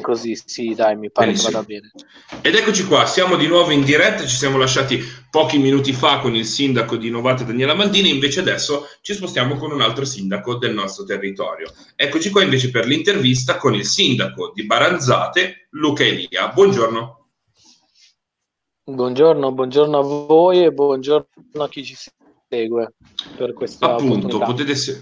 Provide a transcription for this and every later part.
così, sì, dai, mi pare che vada Benissimo. bene. Ed eccoci qua, siamo di nuovo in diretta, ci siamo lasciati pochi minuti fa con il sindaco di Novate Daniela Maldini, invece adesso ci spostiamo con un altro sindaco del nostro territorio. Eccoci qua invece per l'intervista con il sindaco di Baranzate, Luca Elia. Buongiorno. Buongiorno a voi e buongiorno a chi ci segue per questa Appunto, opportunità.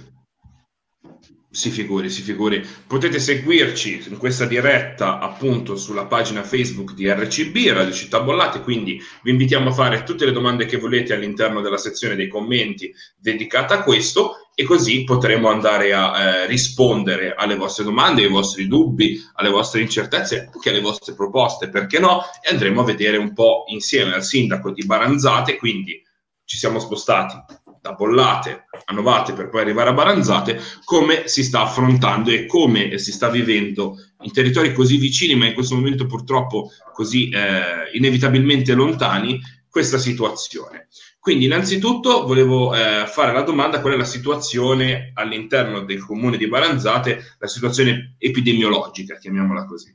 si figuri. Potete seguirci in questa diretta appunto sulla pagina Facebook di RCB, Radio Città Bollate, quindi vi invitiamo a fare tutte le domande che volete all'interno della sezione dei commenti dedicata a questo e così potremo andare a rispondere alle vostre domande, ai vostri dubbi, alle vostre incertezze, anche alle vostre proposte, perché no? E andremo a vedere un po' insieme al sindaco di Baranzate, quindi ci siamo spostati da Bollate a Novate per poi arrivare a Baranzate, come si sta affrontando e come si sta vivendo in territori così vicini, ma in questo momento purtroppo così inevitabilmente lontani, questa situazione. Quindi innanzitutto volevo fare la domanda: qual è la situazione all'interno del comune di Baranzate, la situazione epidemiologica, chiamiamola così?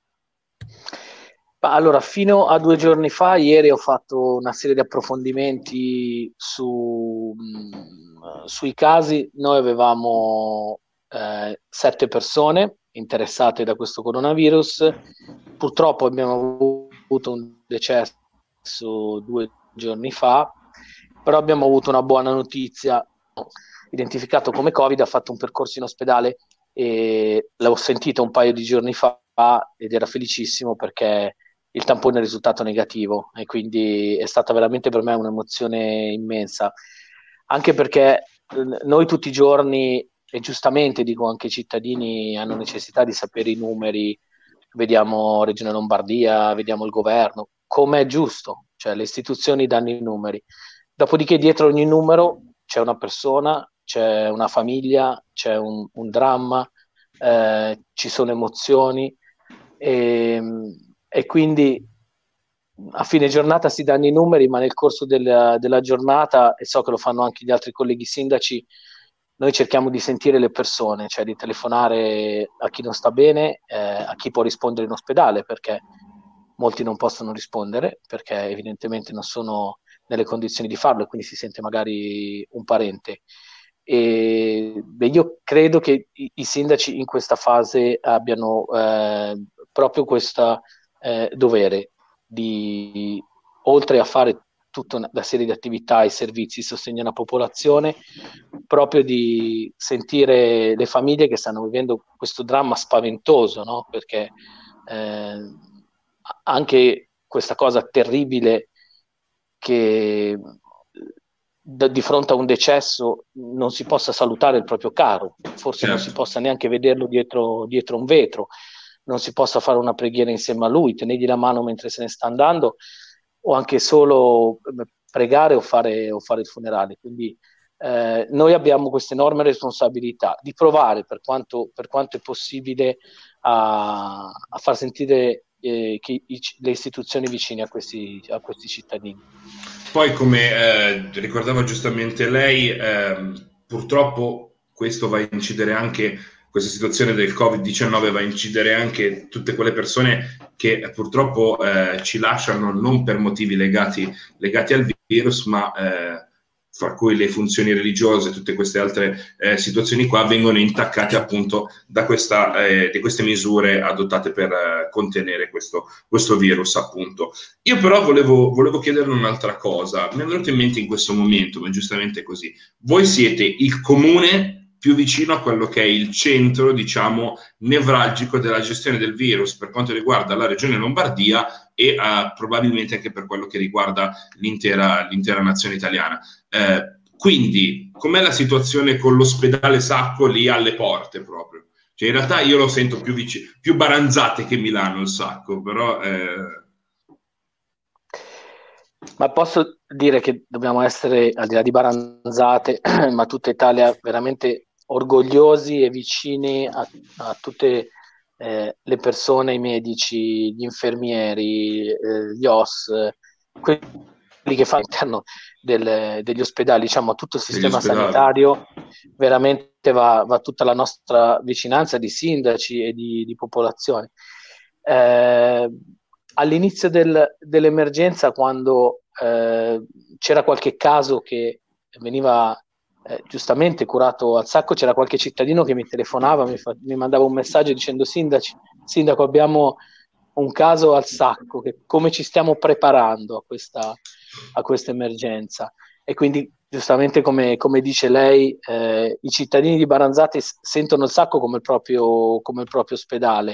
Allora, fino a 2 giorni fa, ieri ho fatto una serie di approfondimenti sui casi. Noi avevamo 7 persone interessate da questo coronavirus. Purtroppo abbiamo avuto un decesso 2 giorni fa, però abbiamo avuto una buona notizia. Identificato come Covid, ha fatto un percorso in ospedale e l'ho sentito un paio di giorni fa ed era felicissimo perché il tampone è risultato negativo e quindi è stata veramente per me un'emozione immensa, anche perché noi tutti i giorni, e giustamente dico anche i cittadini hanno necessità di sapere i numeri, vediamo Regione Lombardia, vediamo il governo, come è giusto, cioè le istituzioni danno i numeri, dopodiché dietro ogni numero c'è una persona, c'è una famiglia, c'è un dramma, ci sono emozioni e, e quindi a fine giornata si danno i numeri, ma nel corso della giornata, e so che lo fanno anche gli altri colleghi sindaci, noi cerchiamo di sentire le persone, cioè di telefonare a chi non sta bene, a chi può rispondere in ospedale, perché molti non possono rispondere, perché evidentemente non sono nelle condizioni di farlo e quindi si sente magari un parente. Io credo che i sindaci in questa fase abbiano proprio questo dovere di, oltre a fare tutta una serie di attività e servizi di sostegno alla popolazione, proprio di sentire le famiglie che stanno vivendo questo dramma spaventoso, no? Perché anche questa cosa terribile che di fronte a un decesso non si possa salutare il proprio caro, forse non si Certo. possa neanche vederlo dietro un vetro, non si possa fare una preghiera insieme a lui, tenergli la mano mentre se ne sta andando, o anche solo pregare o fare il funerale. Quindi noi abbiamo questa enorme responsabilità di provare per quanto è possibile a far sentire le istituzioni vicine a questi cittadini. Poi, come ricordava giustamente lei, purtroppo questo va a incidere anche, questa situazione del Covid-19 va a incidere anche tutte quelle persone che purtroppo ci lasciano non per motivi legati al virus, ma fra cui le funzioni religiose, tutte queste altre situazioni qua vengono intaccate appunto da di queste misure adottate per contenere questo virus appunto. Io però volevo chiederle un'altra cosa, mi è venuto in mente in questo momento, ma giustamente così, voi siete il comune più vicino a quello che è il centro, diciamo, nevralgico della gestione del virus per quanto riguarda la regione Lombardia e probabilmente anche per quello che riguarda l'intera nazione italiana. Quindi, com'è la situazione con l'ospedale Sacco lì alle porte proprio? Cioè, in realtà io lo sento più Baranzate che Milano il Sacco, però... Ma posso dire che dobbiamo essere, al di là di Baranzate, ma tutta Italia, veramente orgogliosi e vicini a tutte le persone, i medici, gli infermieri, gli OS, quelli che fanno all'interno degli ospedali, diciamo, a tutto il degli sistema ospedali. sanitario, veramente va tutta la nostra vicinanza di sindaci e di popolazione. Eh, all'inizio dell'emergenza, quando c'era qualche caso che veniva giustamente curato al sacco, c'era qualche cittadino che mi telefonava, mi mandava un messaggio dicendo: Sindaco, abbiamo un caso al sacco, come ci stiamo preparando a questa emergenza. E quindi, giustamente, come dice lei, i cittadini di Baranzate sentono il sacco come il proprio ospedale.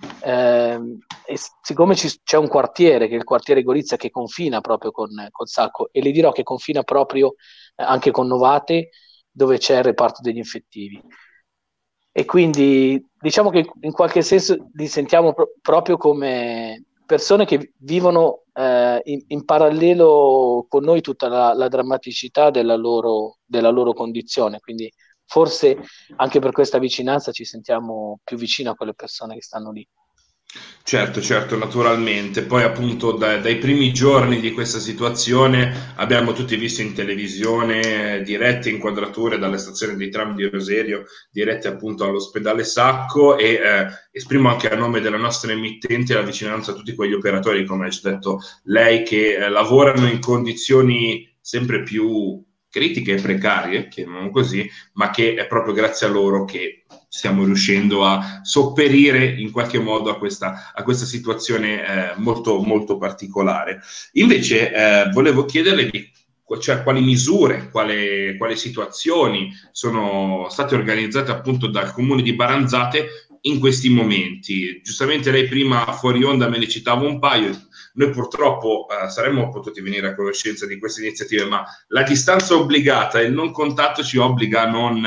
E siccome c'è un quartiere, che è il quartiere Gorizia, che confina proprio con Sacco, e le dirò che confina proprio anche con Novate, dove c'è il reparto degli infettivi. E quindi diciamo che in qualche senso li sentiamo proprio come persone che vivono in parallelo con noi tutta la drammaticità della loro condizione. Quindi forse anche per questa vicinanza ci sentiamo più vicini a quelle persone che stanno lì. Certo, certo, naturalmente. Poi appunto dai primi giorni di questa situazione abbiamo tutti visto in televisione dirette inquadrature dalle stazioni dei tram di Roserio, dirette appunto all'ospedale Sacco, e esprimo anche a nome della nostra emittente la vicinanza a tutti quegli operatori, come ha detto lei, che lavorano in condizioni sempre più critiche e precarie, chiamiamolo così, ma che è proprio grazie a loro che stiamo riuscendo a sopperire in qualche modo a questa situazione molto, molto particolare. Invece volevo chiederle cioè, quali misure, quali situazioni sono state organizzate appunto dal comune di Baranzate in questi momenti. Giustamente lei prima fuori onda me ne citava un paio. Noi purtroppo saremmo potuti venire a conoscenza di queste iniziative, ma la distanza obbligata e il non contatto ci obbliga non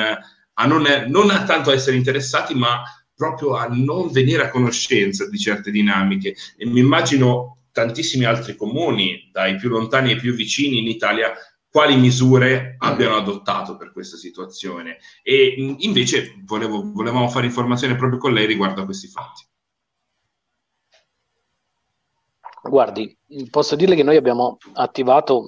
a tanto a essere interessati, ma proprio a non venire a conoscenza di certe dinamiche. E mi immagino tantissimi altri comuni, dai più lontani ai più vicini in Italia, quali misure abbiano adottato per questa situazione. E invece volevamo fare informazione proprio con lei riguardo a questi fatti. Guardi, posso dirle che noi abbiamo attivato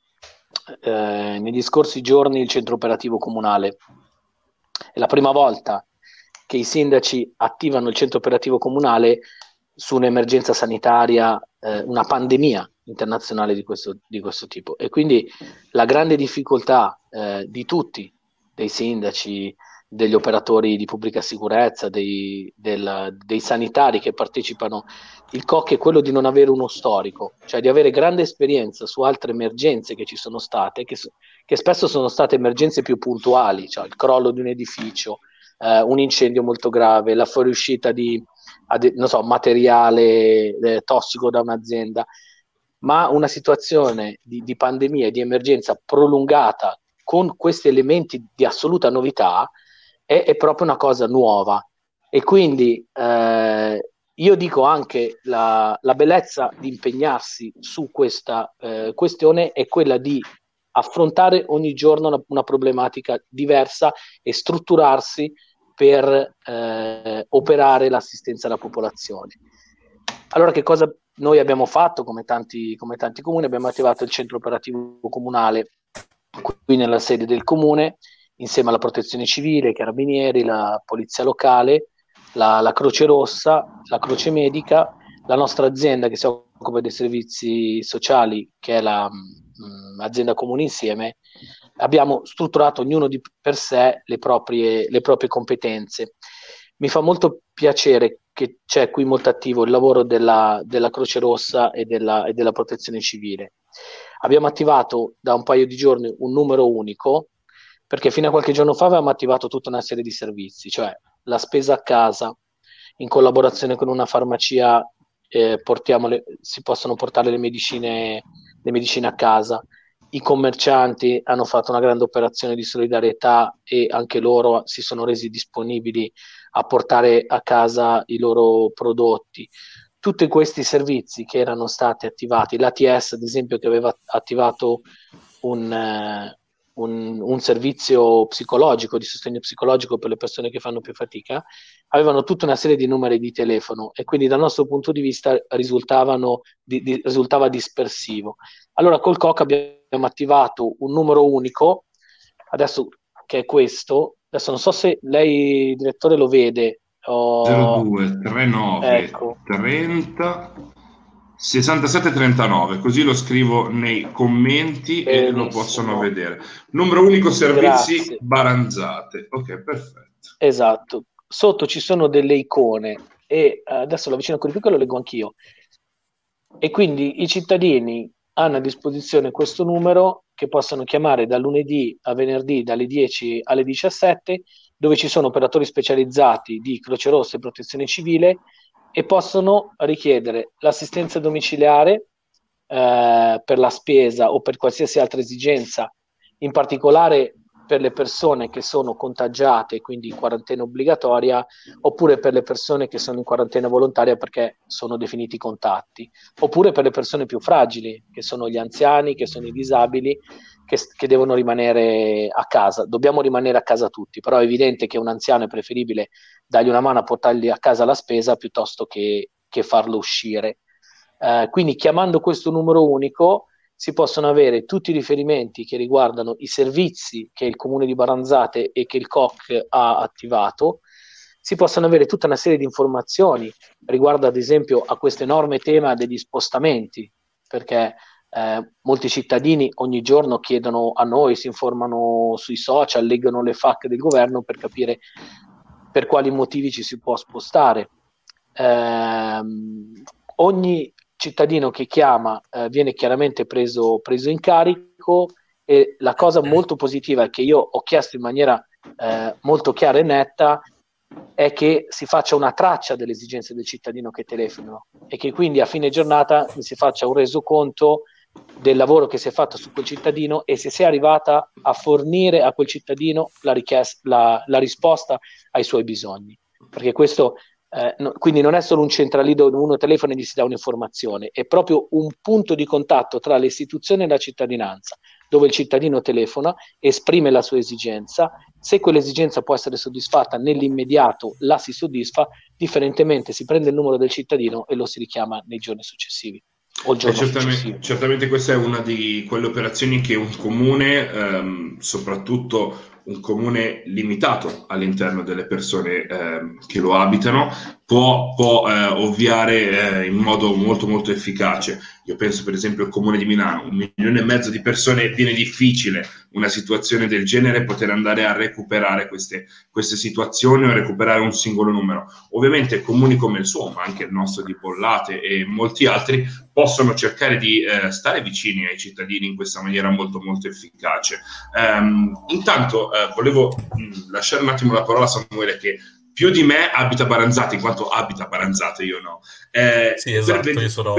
negli scorsi giorni il centro operativo comunale. È la prima volta che i sindaci attivano il centro operativo comunale su un'emergenza sanitaria, una pandemia internazionale di questo tipo. E quindi la grande difficoltà di tutti, dei sindaci, degli operatori di pubblica sicurezza, dei sanitari che partecipano, il COC, è quello di non avere uno storico, cioè di avere grande esperienza su altre emergenze che ci sono state, che spesso sono state emergenze più puntuali, cioè il crollo di un edificio, un incendio molto grave, la fuoriuscita di non so, materiale tossico da un'azienda, ma una situazione di pandemia e di emergenza prolungata con questi elementi di assoluta novità è proprio una cosa nuova. E quindi io dico anche la bellezza di impegnarsi su questa questione è quella di affrontare ogni giorno una problematica diversa e strutturarsi per operare l'assistenza alla popolazione. Allora, che cosa noi abbiamo fatto? Come tanti comuni, abbiamo attivato il centro operativo comunale qui nella sede del comune, insieme alla protezione civile, i carabinieri, la polizia locale, la Croce Rossa, la Croce Medica, la nostra azienda che si occupa dei servizi sociali, che è l'azienda Comune Insieme. Abbiamo strutturato ognuno per sé le proprie competenze. Mi fa molto piacere che c'è qui molto attivo il lavoro della Croce Rossa e della protezione civile. Abbiamo attivato da un paio di giorni un numero unico, perché fino a qualche giorno fa avevamo attivato tutta una serie di servizi, cioè la spesa a casa, in collaborazione con una farmacia si possono portare le medicine a casa. I commercianti hanno fatto una grande operazione di solidarietà e anche loro si sono resi disponibili a portare a casa i loro prodotti. Tutti questi servizi che erano stati attivati, l'ATS ad esempio, che aveva attivato un servizio psicologico, di sostegno psicologico per le persone che fanno più fatica, avevano tutta una serie di numeri di telefono e quindi dal nostro punto di vista risultava dispersivo. Allora col COC abbiamo attivato un numero unico, adesso, che è questo. Adesso non so se lei, direttore, lo vede 02 39 Ecco, 30 67 39, così lo scrivo nei commenti e lo possono benissimo, vedere. Numero unico servizi grazie. Baranzate. Ok, perfetto. Esatto. Sotto ci sono delle icone e adesso lo avvicino ancora di più che lo leggo anch'io. E quindi i cittadini hanno a disposizione questo numero che possono chiamare da lunedì a venerdì dalle 10 alle 17, dove ci sono operatori specializzati di Croce Rossa e Protezione Civile e possono richiedere l'assistenza domiciliare per la spesa o per qualsiasi altra esigenza, in particolare per le persone che sono contagiate, quindi in quarantena obbligatoria, oppure per le persone che sono in quarantena volontaria perché sono definiti contatti, oppure per le persone più fragili, che sono gli anziani, che sono i disabili, che devono rimanere a casa. Dobbiamo rimanere a casa tutti, però è evidente che un anziano è preferibile dargli una mano a portargli a casa la spesa piuttosto che farlo uscire. Quindi chiamando questo numero unico si possono avere tutti i riferimenti che riguardano i servizi che il comune di Baranzate e che il COC ha attivato, si possono avere tutta una serie di informazioni riguardo ad esempio a questo enorme tema degli spostamenti, perché molti cittadini ogni giorno chiedono a noi, si informano sui social, leggono le FAQ del governo per capire per quali motivi ci si può spostare. Ogni cittadino che chiama viene chiaramente preso in carico e la cosa molto positiva che io ho chiesto in maniera molto chiara e netta è che si faccia una traccia delle esigenze del cittadino che telefonano e che quindi a fine giornata si faccia un resoconto del lavoro che si è fatto su quel cittadino e se si è arrivata a fornire a quel cittadino la risposta ai suoi bisogni. Perché questo quindi non è solo un centralino dove uno telefona e gli si dà un'informazione, è proprio un punto di contatto tra le istituzioni e la cittadinanza, dove il cittadino telefona, esprime la sua esigenza, se quell'esigenza può essere soddisfatta nell'immediato la si soddisfa, differentemente si prende il numero del cittadino e lo si richiama nei giorni successivi o il giorno successivo. Certamente questa è una di quelle operazioni che un comune, soprattutto un comune limitato all'interno delle persone che lo abitano, può ovviare in modo molto molto efficace. Io penso per esempio al comune di Milano, 1,5 milioni di persone, viene difficile una situazione del genere poter andare a recuperare queste situazioni o a recuperare un singolo numero. Ovviamente comuni come il suo, ma anche il nostro di Bollate e molti altri, possono cercare di stare vicini ai cittadini in questa maniera molto molto efficace. Intanto volevo lasciare un attimo la parola a Samuele che più di me abita Baranzate, in quanto abita Baranzate, io no. Sì, esatto, io sono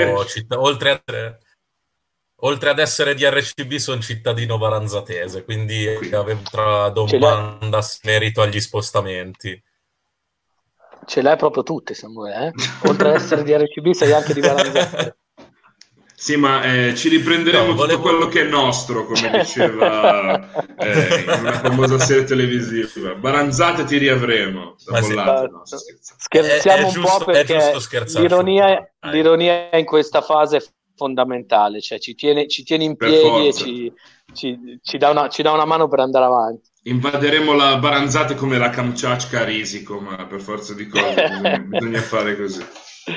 oltre ad essere di RCB sono cittadino baranzatese, quindi avevo tra domanda in merito agli spostamenti. Ce l'hai proprio tutte, Samuele, eh? Oltre ad essere di RCB sei anche di Baranzate. Sì, ma ci riprenderemo tutto quello che è nostro, come diceva in una famosa serie televisiva. Baranzate ti riavremo. Da Bollate, no, scherziamo un po' perché l'ironia in questa fase è fondamentale, cioè ci tiene in piedi e ci dà una mano per andare avanti. Invaderemo la Baranzate come la Kamchatka a Risico, ma per forza di cose bisogna fare così.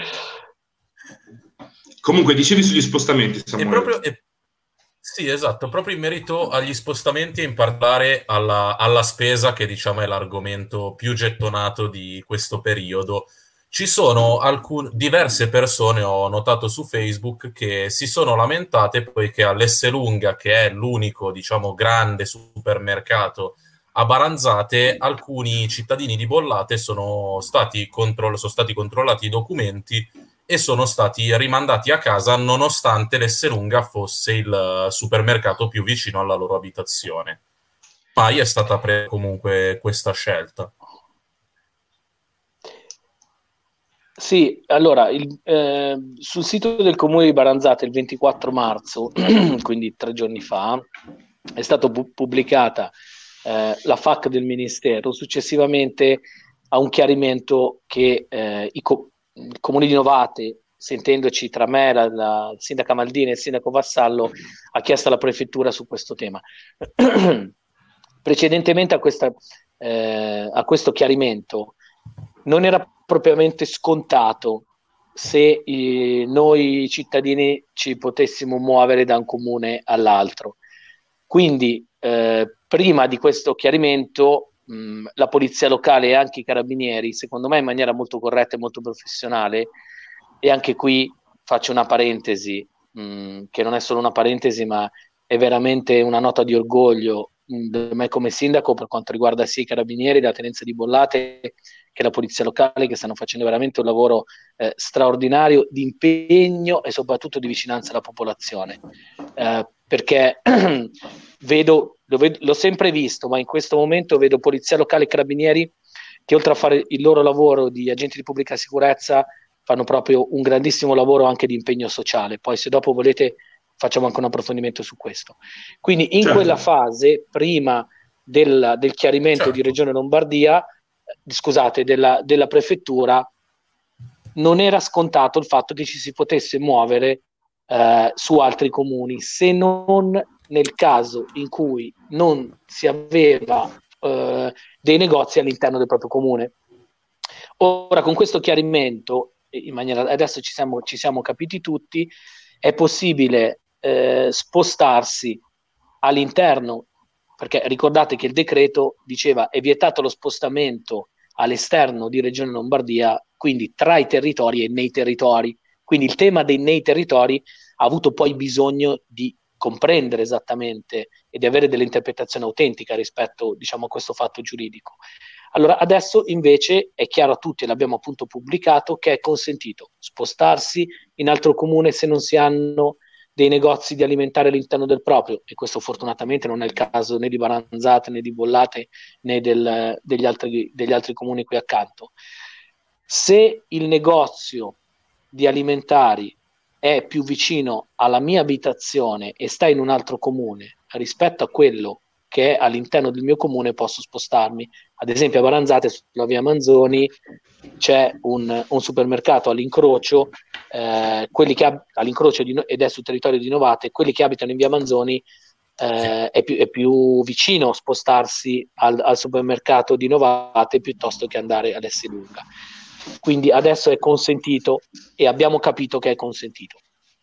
Comunque, dicevi sugli spostamenti, Samuele. Sì, esatto, proprio in merito agli spostamenti e in particolare alla spesa, che diciamo è l'argomento più gettonato di questo periodo. Ci sono diverse persone, ho notato su Facebook, che si sono lamentate poiché all'Esselunga, che è l'unico, diciamo, grande supermercato a Baranzate, alcuni cittadini di Bollate sono stati controllati i documenti e sono stati rimandati a casa nonostante l'Esselunga fosse il supermercato più vicino alla loro abitazione. Mai è stata comunque questa scelta. Sì, allora, sul sito del comune di Baranzate il 24 marzo, quindi 3 giorni fa, è stata pubblicata la FAQ del Ministero, successivamente a un chiarimento che il Comune di Novate, sentendoci tra me, la sindaca Maldini e il sindaco Vassallo, ha chiesto alla prefettura su questo tema. Precedentemente a questo chiarimento, non era propriamente scontato se noi cittadini ci potessimo muovere da un comune all'altro. Quindi prima di questo chiarimento la polizia locale e anche i carabinieri, secondo me in maniera molto corretta e molto professionale, e anche qui faccio una parentesi, che non è solo una parentesi ma è veramente una nota di orgoglio di me come sindaco per quanto riguarda sia i carabinieri, la tenenza di Bollate che la polizia locale, che stanno facendo veramente un lavoro straordinario di impegno e soprattutto di vicinanza alla popolazione, perché l'ho sempre visto, ma in questo momento vedo polizia locale e carabinieri che oltre a fare il loro lavoro di agenti di pubblica sicurezza fanno proprio un grandissimo lavoro anche di impegno sociale. Poi se dopo volete facciamo anche un approfondimento su questo. Quindi in Certo. quella fase, prima del chiarimento Certo. di Regione Lombardia, scusate, della prefettura, non era scontato il fatto che ci si potesse muovere su altri comuni, se non nel caso in cui non si aveva dei negozi all'interno del proprio comune. Ora, con questo chiarimento, in maniera, adesso ci siamo capiti tutti, è possibile spostarsi all'interno, perché ricordate che il decreto diceva è vietato lo spostamento all'esterno di Regione Lombardia, quindi tra i territori e nei territori. Quindi il tema dei nei territori ha avuto poi bisogno di comprendere esattamente e di avere delle interpretazioni autentiche rispetto, diciamo, a questo fatto giuridico. Allora, adesso invece è chiaro a tutti, e l'abbiamo appunto pubblicato, che è consentito spostarsi in altro comune se non si hanno dei negozi di alimentari all'interno del proprio, e questo fortunatamente non è il caso né di Baranzate né di Bollate né degli altri comuni qui accanto. Se il negozio di alimentari è più vicino alla mia abitazione e sta in un altro comune rispetto a quello che è all'interno del mio comune, posso spostarmi. Ad esempio a Baranzate, sulla via Manzoni, c'è un supermercato all'incrocio, all'incrocio ed è sul territorio di Novate. Quelli che abitano in via Manzoni è più vicino spostarsi al supermercato di Novate piuttosto che andare ad Esselunga. Quindi adesso è consentito e abbiamo capito che è consentito.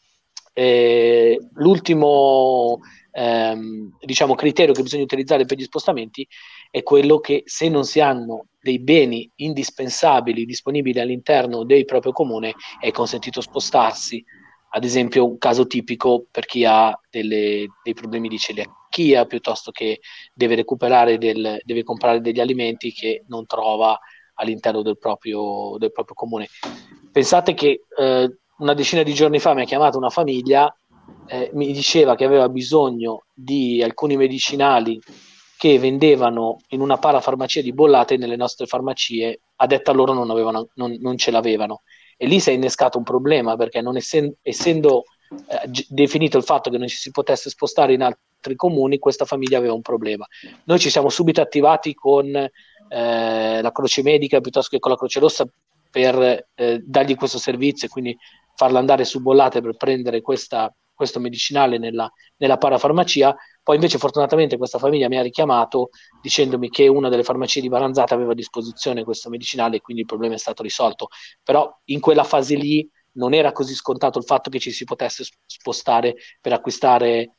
L'ultimo diciamo criterio che bisogna utilizzare per gli spostamenti è quello che se non si hanno dei beni indispensabili disponibili all'interno del proprio comune è consentito spostarsi. Ad esempio, un caso tipico per chi ha dei problemi di celiachia, piuttosto che deve comprare degli alimenti che non trova all'interno del proprio comune. Pensate che una decina di giorni fa mi ha chiamato una famiglia, mi diceva che aveva bisogno di alcuni medicinali che vendevano in una parafarmacia di Bollate, nelle nostre farmacie a detta loro non ce l'avevano, e lì si è innescato un problema, perché non essendo definito il fatto che non ci si potesse spostare in altri comuni, questa famiglia aveva un problema. Noi ci siamo subito attivati con la Croce Medica piuttosto che con la Croce Rossa per dargli questo servizio e quindi farla andare su Bollate per prendere questo medicinale nella parafarmacia. Poi invece fortunatamente questa famiglia mi ha richiamato dicendomi che una delle farmacie di Baranzate aveva a disposizione questo medicinale e quindi il problema è stato risolto. Però in quella fase lì non era così scontato il fatto che ci si potesse spostare per acquistare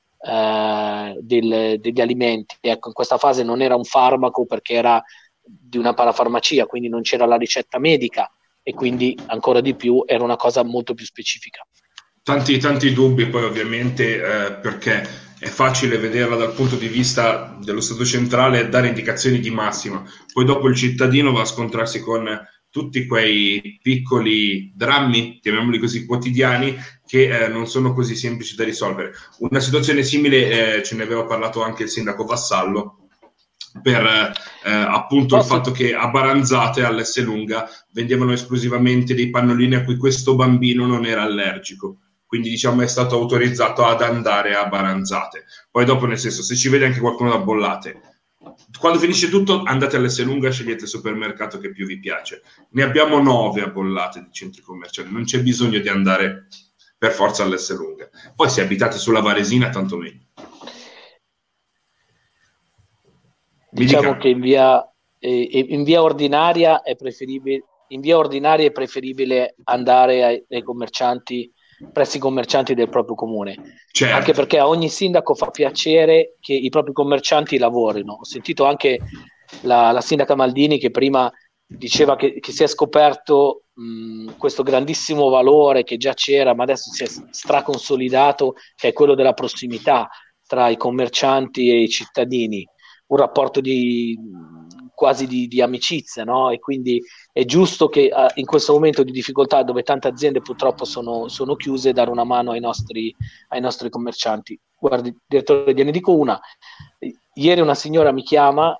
degli alimenti. Ecco, in questa fase non era un farmaco perché era di una parafarmacia, quindi non c'era la ricetta medica e quindi ancora di più era una cosa molto più specifica. Tanti dubbi poi ovviamente perché è facile vederla dal punto di vista dello Stato centrale e dare indicazioni di massima, poi dopo il cittadino va a scontrarsi con tutti quei piccoli drammi, chiamiamoli così, quotidiani, che non sono così semplici da risolvere. Una situazione simile ce ne aveva parlato anche il sindaco Vassallo, per appunto il fatto che a Baranzate, all'Esselunga, vendevano esclusivamente dei pannolini a cui questo bambino non era allergico, quindi diciamo è stato autorizzato ad andare a Baranzate. Poi dopo, nel senso, se ci vede anche qualcuno da Bollate, quando finisce tutto andate all'Esselunga, scegliete il supermercato che più vi piace. Ne abbiamo 9 a Bollate di centri commerciali, non c'è bisogno di andare per forza all'Esselunga. Poi se abitate sulla Varesina tanto meglio. Diciamo che in via ordinaria è preferibile in via ordinaria è preferibile andare ai commercianti, presso i commercianti del proprio comune, Certo. Anche perché a ogni sindaco fa piacere che i propri commercianti lavorino. Ho sentito anche la sindaca Maldini che prima diceva che si è scoperto questo grandissimo valore che già c'era, ma adesso si è straconsolidato, che è quello della prossimità tra i commercianti e i cittadini, un rapporto quasi di amicizia, no? E quindi è giusto che in questo momento di difficoltà, dove tante aziende purtroppo sono chiuse, dare una mano ai nostri commercianti. Guardi, direttore, gliene dico una. Ieri una signora mi chiama,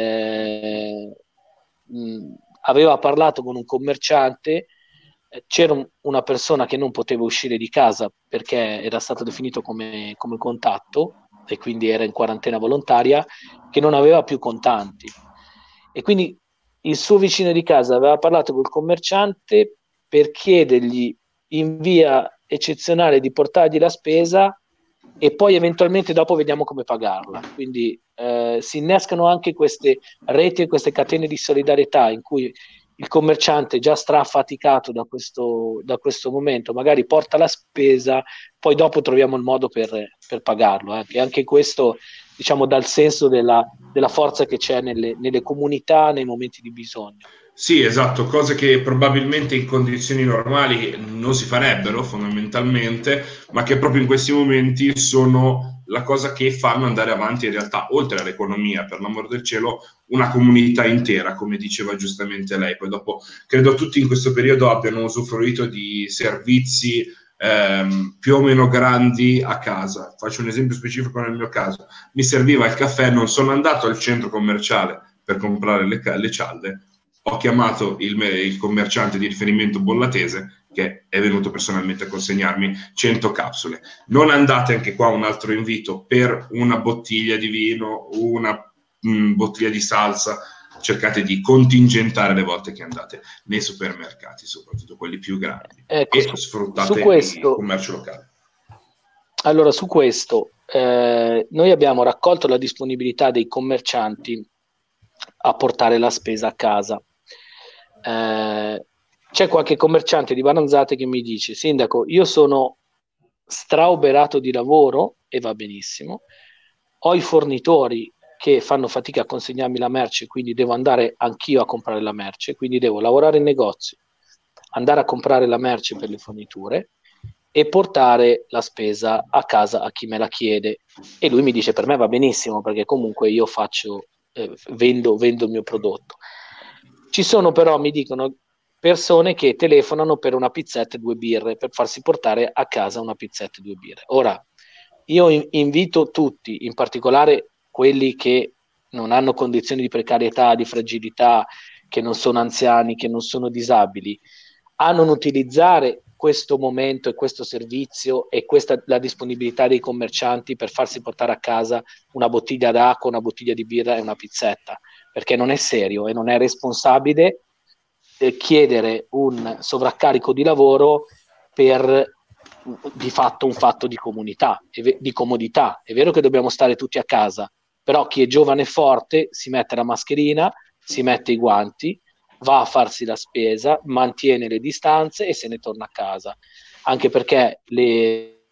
aveva parlato con un commerciante, c'era una persona che non poteva uscire di casa perché era stato definito come contatto e quindi era in quarantena volontaria, che non aveva più contanti. E quindi il suo vicino di casa aveva parlato col commerciante per chiedergli in via eccezionale di portargli la spesa e poi eventualmente dopo vediamo come pagarla. Quindi si innescano anche queste reti e queste catene di solidarietà in cui il commerciante già strafaticato da questo momento magari porta la spesa, poi dopo troviamo il modo per pagarlo. E anche questo, diciamo, dà il senso della forza che c'è nelle comunità nei momenti di bisogno. Sì, esatto, cose che probabilmente in condizioni normali non si farebbero fondamentalmente, ma che proprio in questi momenti sono la cosa che fanno andare avanti in realtà, oltre all'economia, per l'amor del cielo, una comunità intera, come diceva giustamente lei. Poi dopo credo tutti in questo periodo abbiano usufruito di servizi più o meno grandi a casa. Faccio un esempio specifico nel mio caso: mi serviva il caffè, non sono andato al centro commerciale per comprare le cialde, ho chiamato il commerciante di riferimento bollatese che è venuto personalmente a consegnarmi 100 capsule. Non andate, anche qua un altro invito, per una bottiglia di vino, una bottiglia di salsa, cercate di contingentare le volte che andate nei supermercati, soprattutto quelli più grandi, ecco, e sfruttate il commercio locale. Allora, su questo noi abbiamo raccolto la disponibilità dei commercianti a portare la spesa a casa. C'è qualche commerciante di Baranzate che mi dice: sindaco, io sono straoberato di lavoro, e va benissimo, ho i fornitori che fanno fatica a consegnarmi la merce, quindi devo andare anch'io a comprare la merce, quindi devo lavorare in negozio, andare a comprare la merce per le forniture e portare la spesa a casa a chi me la chiede. E lui mi dice: per me va benissimo, perché comunque io vendo il mio prodotto. Ci sono però, mi dicono, persone che telefonano per una pizzetta e 2 birre, per farsi portare a casa una pizzetta e 2 birre. Ora, io invito tutti, in particolare quelli che non hanno condizioni di precarietà, di fragilità, che non sono anziani, che non sono disabili, a non utilizzare questo momento e questo servizio e la disponibilità dei commercianti per farsi portare a casa una bottiglia d'acqua, una bottiglia di birra e una pizzetta, perché non è serio e non è responsabile chiedere un sovraccarico di lavoro per di fatto un fatto di comunità, di comodità. È vero che dobbiamo stare tutti a casa, però chi è giovane e forte si mette la mascherina, si mette i guanti, va a farsi la spesa, mantiene le distanze e se ne torna a casa, anche perché le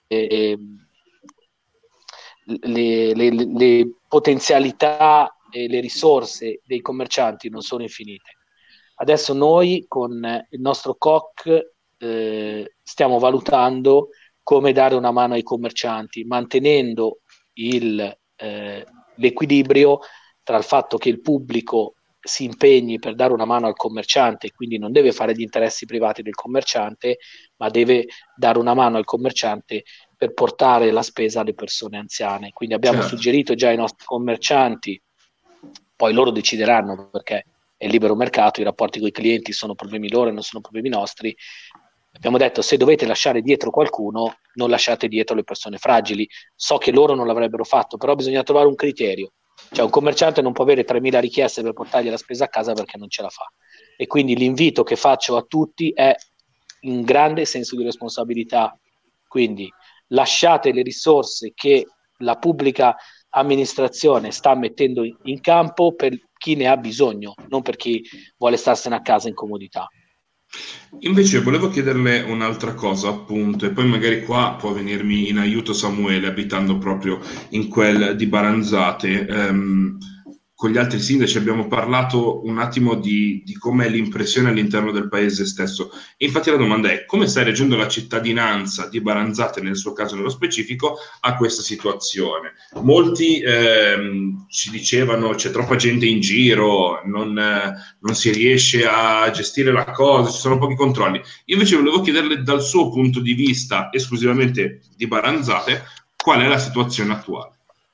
potenzialità e le risorse dei commercianti non sono infinite. Adesso noi con il nostro COC stiamo valutando come dare una mano ai commercianti, mantenendo l'equilibrio tra il fatto che il pubblico si impegni per dare una mano al commerciante, quindi non deve fare gli interessi privati del commerciante, ma deve dare una mano al commerciante per portare la spesa alle persone anziane. Quindi abbiamo suggerito già ai nostri commercianti, poi loro decideranno, perché è libero mercato, i rapporti con i clienti sono problemi loro e non sono problemi nostri. Abbiamo detto: se dovete lasciare dietro qualcuno, non lasciate dietro le persone fragili. So che loro non l'avrebbero fatto, però bisogna trovare un criterio. Cioè, un commerciante non può avere 3.000 richieste per portargli la spesa a casa perché non ce la fa. E quindi l'invito che faccio a tutti è un grande senso di responsabilità. Quindi lasciate le risorse che la pubblica amministrazione sta mettendo in campo per chi ne ha bisogno, non per chi vuole starsene a casa in comodità. Invece volevo chiederle un'altra cosa, appunto, e poi magari qua può venirmi in aiuto Samuele, abitando proprio in quel di Baranzate. Con gli altri sindaci abbiamo parlato un attimo di com'è l'impressione all'interno del paese stesso. E infatti la domanda è: come sta reagendo la cittadinanza di Baranzate, nel suo caso nello specifico, a questa situazione? Molti ci dicevano c'è troppa gente in giro, non si riesce a gestire la cosa, ci sono pochi controlli. Io invece volevo chiederle dal suo punto di vista esclusivamente di Baranzate, qual è la situazione attuale?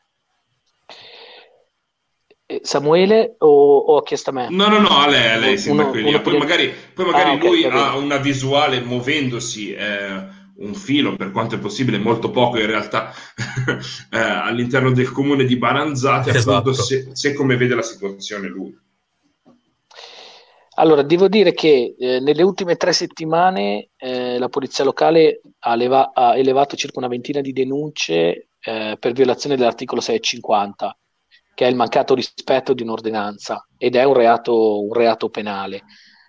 Samuele o ha chiesto a me? No, a lei sindaco Elia. Poi magari Ah, ok, lui va bene. ha una visuale muovendosi un filo, per quanto è possibile, molto poco in realtà, all'interno del comune di Baranzate, appunto, Esatto. se come vede la situazione lui. Allora, devo dire che nelle ultime 3 settimane la polizia locale ha elevato circa una ventina di denunce per violazione dell'articolo 650, che è il mancato rispetto di un'ordinanza ed è un reato penale.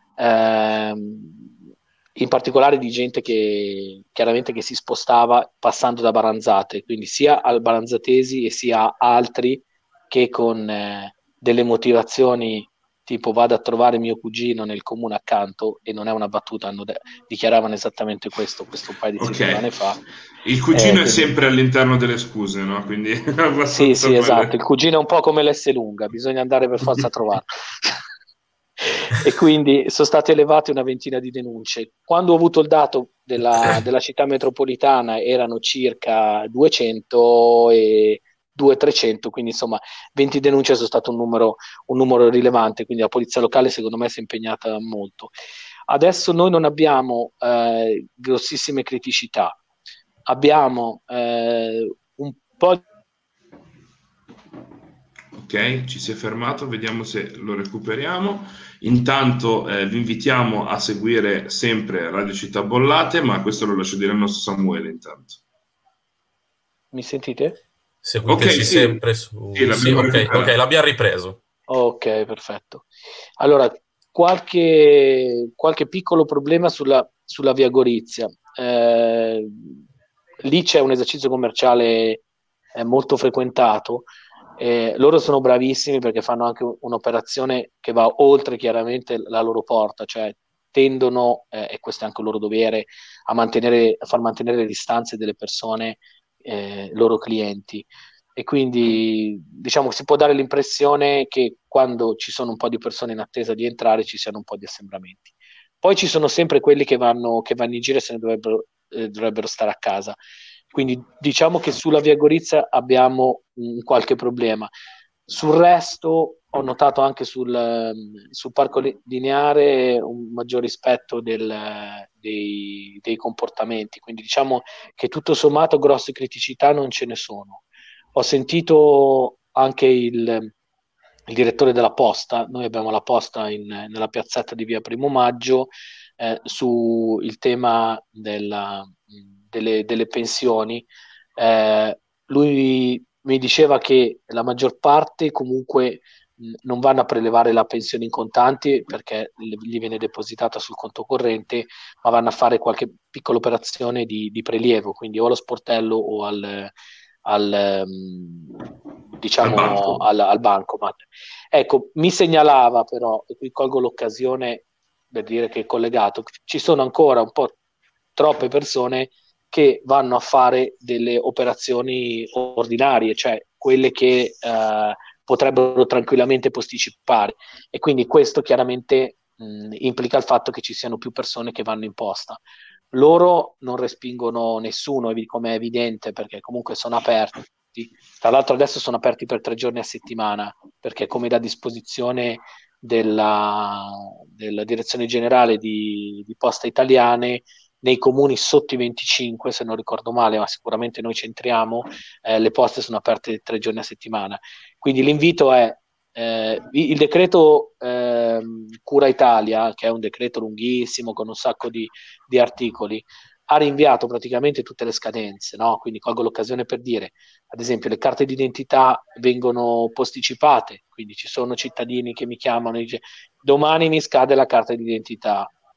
In particolare di gente che chiaramente che si spostava passando da Baranzate, quindi sia al baranzatesi e sia a altri che con delle motivazioni tipo vado a trovare mio cugino nel comune accanto, e non è una battuta, dichiaravano esattamente questo un paio di settimane fa. Il cugino è Quindi, sempre all'interno delle scuse, no? Quindi sì, abbastanza esatto, il belle. cugino è un po' come l'S lunga, bisogna andare per forza a trovarlo. E quindi sono state elevate una ventina di denunce. Quando ho avuto il dato della città metropolitana erano circa 200 e 200-300, quindi insomma 20 denunce sono stato un numero rilevante, quindi la polizia locale secondo me si è impegnata molto. Adesso noi non abbiamo grossissime criticità, abbiamo un po'. Ok, ci si è fermato, vediamo se lo recuperiamo. Intanto vi invitiamo a seguire sempre Radio Città Bollate, ma questo lo lascio dire al nostro Samuele intanto. Mi sentite? Ok, Seguiteci sì, sempre sì, su... Sì, l'abbiamo ok, recuperato. l'abbiamo ripreso. Ok, perfetto. Allora, qualche piccolo problema sulla via Gorizia. Lì c'è un esercizio commerciale molto frequentato. Loro sono bravissimi perché fanno anche un'operazione che va oltre chiaramente la loro porta, cioè tendono, e questo è anche il loro dovere, a far mantenere le distanze delle persone, loro clienti. E quindi diciamo che si può dare l'impressione che quando ci sono un po' di persone in attesa di entrare ci siano un po' di assembramenti. Poi ci sono sempre quelli che vanno in giro e se ne dovrebbero stare a casa. Quindi diciamo che sulla via Gorizia abbiamo qualche problema. Sul resto ho notato anche sul parco lineare un maggior rispetto dei comportamenti, quindi diciamo che tutto sommato grosse criticità non ce ne sono. Ho sentito anche il direttore della Posta, noi abbiamo la Posta nella piazzetta di via Primo Maggio, su il tema delle pensioni. Lui mi diceva che la maggior parte comunque non vanno a prelevare la pensione in contanti perché gli viene depositata sul conto corrente, ma vanno a fare qualche piccola operazione di prelievo, quindi o allo sportello o al, Al diciamo banco. al bancomat. Ecco, mi segnalava però, e qui colgo l'occasione per dire che è collegato, ci sono ancora un po' troppe persone che vanno a fare delle operazioni ordinarie, cioè quelle che potrebbero tranquillamente posticipare, e quindi questo chiaramente implica il fatto che ci siano più persone che vanno in posta. Loro non respingono nessuno, come è evidente, perché comunque sono aperti. Tra l'altro adesso sono aperti per 3 giorni a settimana, perché come da disposizione della direzione generale di Poste Italiane, nei comuni sotto i 25, se non ricordo male, ma sicuramente noi c'entriamo, le poste sono aperte 3 giorni a settimana. Quindi l'invito è il decreto Cura Italia, che è un decreto lunghissimo con un sacco di articoli, ha rinviato praticamente tutte le scadenze, no? Quindi colgo l'occasione per dire, ad esempio, le carte d'identità vengono posticipate, quindi ci sono cittadini che mi chiamano e dicono domani mi scade la carta d'identità.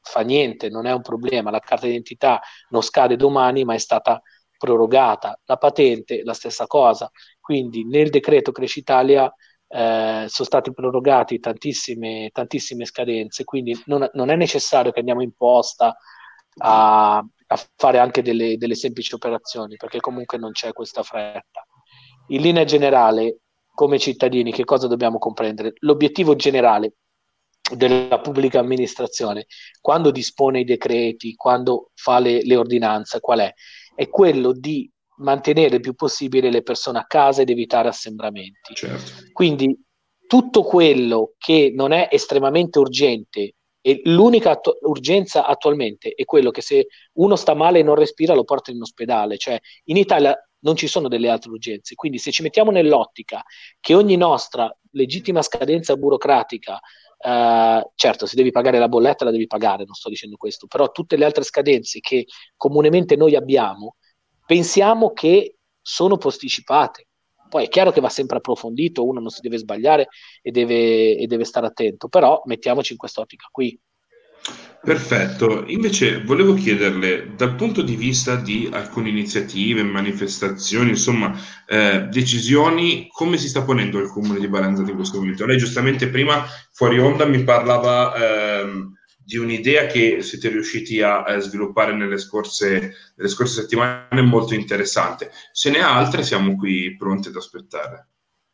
fa niente, non è un problema, la carta d'identità non scade domani, ma è stata prorogata. La patente, la stessa cosa. Quindi nel decreto Cresci Italia sono stati prorogati tantissime scadenze, quindi non è necessario che andiamo in posta a fare anche delle semplici operazioni, perché comunque non c'è questa fretta. In linea generale, come cittadini, che cosa dobbiamo comprendere? L'obiettivo generale della pubblica amministrazione, quando dispone i decreti, quando fa le ordinanze, qual è? È quello di mantenere il più possibile le persone a casa ed evitare assembramenti. Certo. Quindi tutto quello che non è estremamente urgente, e l'unica urgenza attualmente è quello che se uno sta male e non respira lo porta in ospedale, cioè in Italia non ci sono delle altre urgenze, quindi se ci mettiamo nell'ottica che ogni nostra legittima scadenza burocratica, certo, se devi pagare la bolletta la devi pagare, non sto dicendo questo, però tutte le altre scadenze che comunemente noi abbiamo, pensiamo che sono posticipate. Poi è chiaro che va sempre approfondito, uno non si deve sbagliare e deve stare attento, però mettiamoci in quest'ottica qui. Perfetto, invece volevo chiederle dal punto di vista di alcune iniziative, manifestazioni, insomma decisioni, come si sta ponendo il Comune di Baranzate in questo momento? Lei giustamente prima fuori onda mi parlava di un'idea che siete riusciti a sviluppare nelle scorse settimane, molto interessante. Se ne ha altre siamo qui pronti ad aspettare.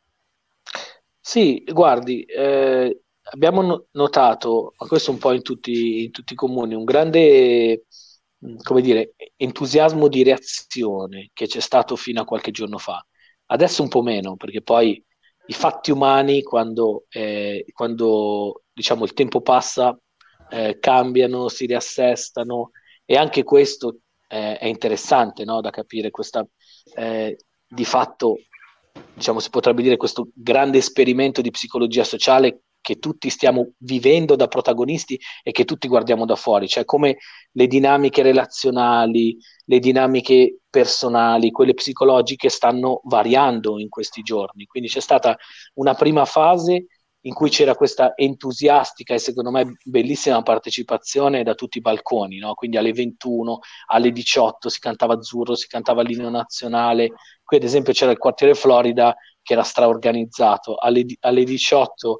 Sì, guardi, abbiamo notato, ma questo un po' in tutti i comuni, un grande, come dire, entusiasmo di reazione che c'è stato fino a qualche giorno fa. Adesso un po' meno, perché poi i fatti umani, quando diciamo il tempo passa, cambiano, si riassestano, e anche questo è interessante, no, da capire, questa di fatto, diciamo, si potrebbe dire questo grande esperimento di psicologia sociale che tutti stiamo vivendo da protagonisti e che tutti guardiamo da fuori, cioè come le dinamiche relazionali, le dinamiche personali, quelle psicologiche stanno variando in questi giorni. Quindi c'è stata una prima fase in cui c'era questa entusiastica e secondo me bellissima partecipazione da tutti i balconi, no? Quindi alle 21, alle 18 si cantava azzurro, si cantava l'inno nazionale. Qui ad esempio c'era il quartiere Florida che era straorganizzato, alle 18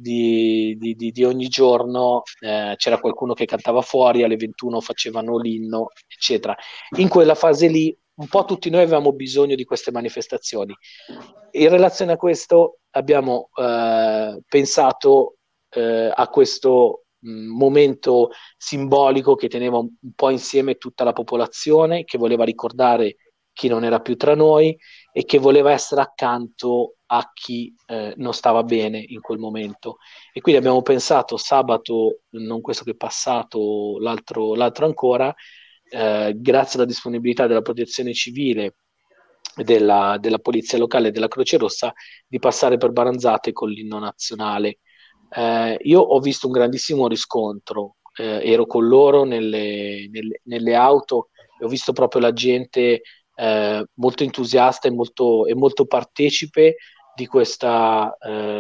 di ogni giorno c'era qualcuno che cantava fuori, alle 21 facevano l'inno, eccetera. In quella fase lì un po' tutti noi avevamo bisogno di queste manifestazioni. In relazione a questo abbiamo pensato a questo momento simbolico che teneva un po' insieme tutta la popolazione, che voleva ricordare chi non era più tra noi e che voleva essere accanto a chi non stava bene in quel momento. E quindi abbiamo pensato sabato, non questo che è passato, l'altro ancora, grazie alla disponibilità della Protezione Civile, della Polizia Locale e della Croce Rossa, di passare per Baranzate con l'inno nazionale. Io ho visto un grandissimo riscontro, ero con loro nelle auto e ho visto proprio la gente molto entusiasta e molto partecipe di questo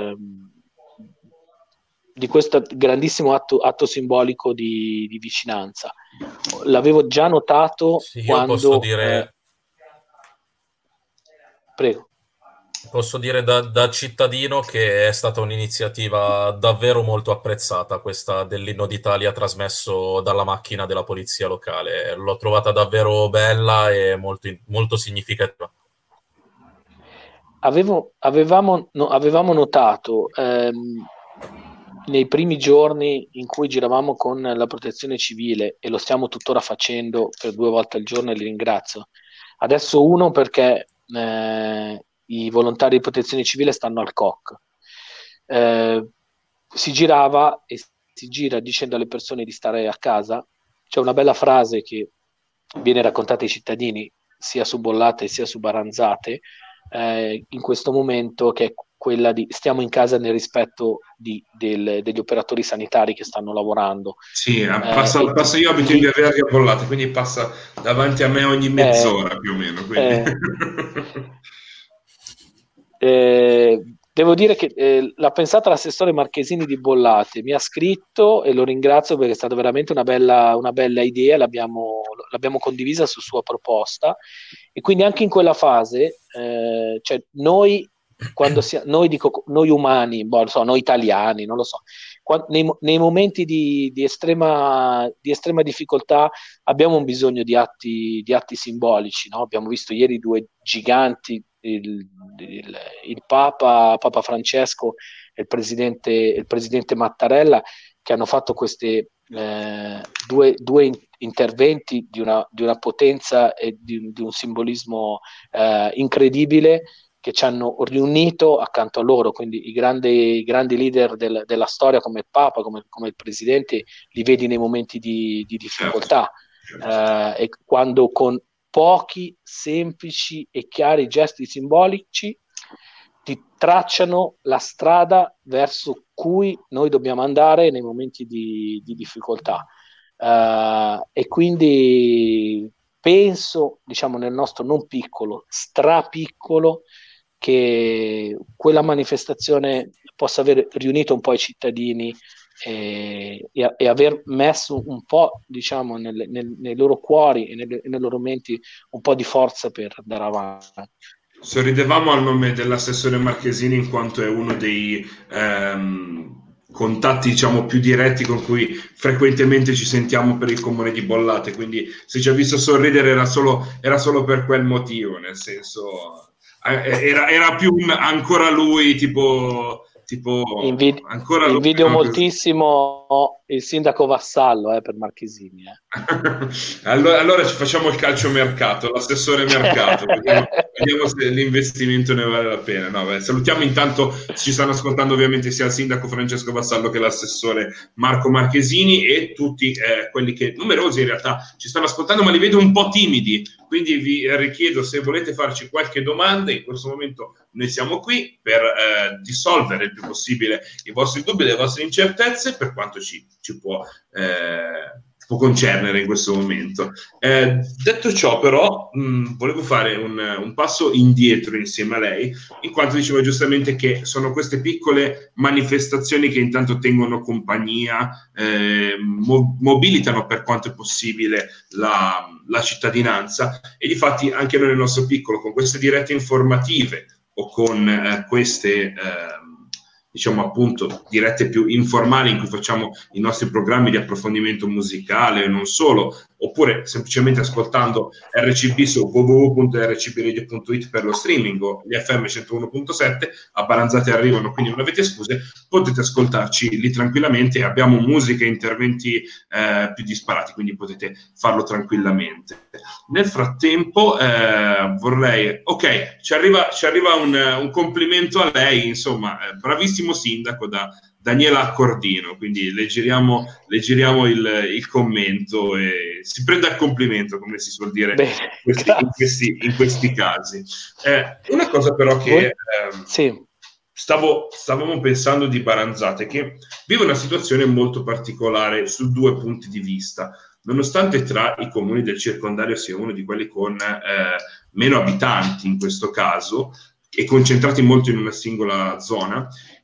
grandissimo atto simbolico di vicinanza. L'avevo già notato sì, quando... Io posso dire... Prego. Posso dire da cittadino che è stata un'iniziativa davvero molto apprezzata, questa dell'Inno d'Italia trasmesso dalla macchina della polizia locale. L'ho trovata davvero bella e molto significativa. Avevamo notato nei primi giorni in cui giravamo con la Protezione Civile, e lo stiamo tuttora facendo per 2 volte al giorno e li ringrazio. Adesso uno perché i volontari di Protezione Civile stanno al COC. Si girava e si gira dicendo alle persone di stare a casa. C'è una bella frase che viene raccontata ai cittadini sia su Bollate sia su Baranzate in questo momento, che è quella di stiamo in casa nel rispetto degli operatori sanitari che stanno lavorando. Sì, io abito in via Verdi a Bollate, quindi passa davanti a me ogni mezz'ora più o meno. devo dire che l'ha pensata l'assessore Marchesini di Bollate, mi ha scritto e lo ringrazio perché è stata veramente una bella idea, l'abbiamo condivisa su sua proposta, e quindi anche in quella fase, cioè noi, noi umani, noi italiani, non lo so, nei momenti di estrema difficoltà abbiamo un bisogno di atti simbolici, no? Abbiamo visto ieri due giganti, il Papa Francesco e il presidente Mattarella, che hanno fatto queste due interventi di una potenza e di un simbolismo incredibile, che ci hanno riunito accanto a loro. Quindi i grandi leader della storia, come il Papa, come il Presidente, li vedi nei momenti di difficoltà, e quando con pochi, semplici e chiari gesti simbolici ti tracciano la strada verso cui noi dobbiamo andare nei momenti di difficoltà. E quindi penso, diciamo, nel nostro non piccolo, strapiccolo, che quella manifestazione possa aver riunito un po' i cittadini e aver messo un po', diciamo, nei loro cuori e nei loro menti un po' di forza per andare avanti. Sorridevamo al nome dell'assessore Marchesini in quanto è uno dei contatti, diciamo, più diretti con cui frequentemente ci sentiamo per il comune di Bollate, quindi se ci ha visto sorridere era solo per quel motivo, nel senso era più ancora lui, tipo ancora invidio moltissimo il sindaco Vassallo per Marchesini. Allora ci facciamo il calciomercato, l'assessore mercato, vediamo se l'investimento ne vale la pena. No, salutiamo intanto, ci stanno ascoltando ovviamente sia il sindaco Francesco Vassallo che l'assessore Marco Marchesini, e tutti quelli che, numerosi in realtà, ci stanno ascoltando, ma li vedo un po' timidi, quindi vi richiedo, se volete farci qualche domanda, in questo momento noi siamo qui per dissolvere il più possibile i vostri dubbi e le vostre incertezze, per quanto ci può concernere in questo momento. Detto ciò, però, volevo fare un passo indietro insieme a lei, in quanto diceva giustamente che sono queste piccole manifestazioni che intanto tengono compagnia, mobilitano per quanto è possibile la cittadinanza, e difatti anche noi nel nostro piccolo, con queste dirette informative o con queste diciamo appunto dirette più informali in cui facciamo i nostri programmi di approfondimento musicale e non solo, oppure semplicemente ascoltando RCB su www.rcbradio.it per lo streaming, o gli FM 101.7 a Baranzate arrivano, quindi non avete scuse, potete ascoltarci lì tranquillamente. Abbiamo musica e interventi più disparati, quindi potete farlo tranquillamente. Nel frattempo vorrei, ci arriva un complimento a lei, insomma, bravissimo sindaco, da Daniela Accordino, quindi leggeriamo il commento e si prende al complimento, come si suol dire. Bene, in questi casi. Una cosa però che sì. Stavamo pensando di Baranzate, che vive una situazione molto particolare su due punti di vista. Nonostante tra i comuni del circondario sia uno di quelli con meno abitanti in questo caso, e concentrati molto in una singola zona,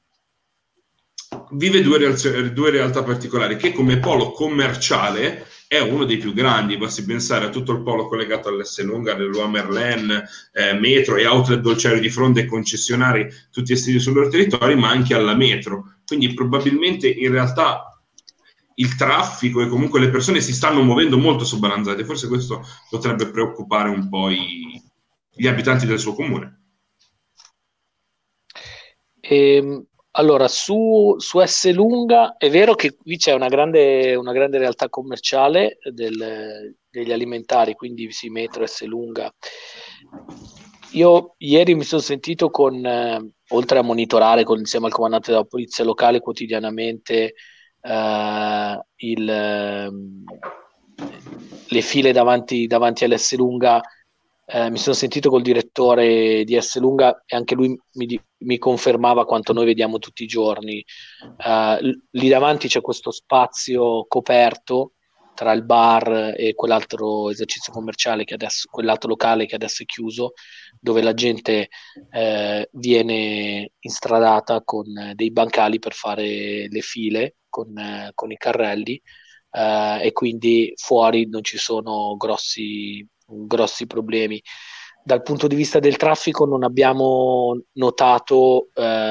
vive due realtà particolari, che come polo commerciale è uno dei più grandi. Basti pensare a tutto il polo collegato all'Esselunga, all'Leroy Merlin, metro e outlet Dolcero di Fronde e concessionari tutti estesi sul loro territorio, ma anche alla metro. Quindi probabilmente in realtà il traffico e comunque le persone si stanno muovendo molto su Baranzate. Forse questo potrebbe preoccupare un po' gli abitanti del suo comune. Allora, su Esselunga è vero che qui c'è una grande realtà commerciale degli alimentari, quindi sì, metro, Esselunga. Io ieri mi sono sentito oltre a monitorare insieme al comandante della polizia locale quotidianamente le file davanti all'Esselunga. Mi sono sentito col direttore di Esselunga e anche lui mi confermava quanto noi vediamo tutti i giorni. Lì davanti c'è questo spazio coperto tra il bar e quell'altro esercizio commerciale quell'altro locale che adesso è chiuso, dove la gente viene instradata con dei bancali per fare le file con i carrelli, e quindi fuori non ci sono grossi problemi. Dal punto di vista del traffico non abbiamo notato,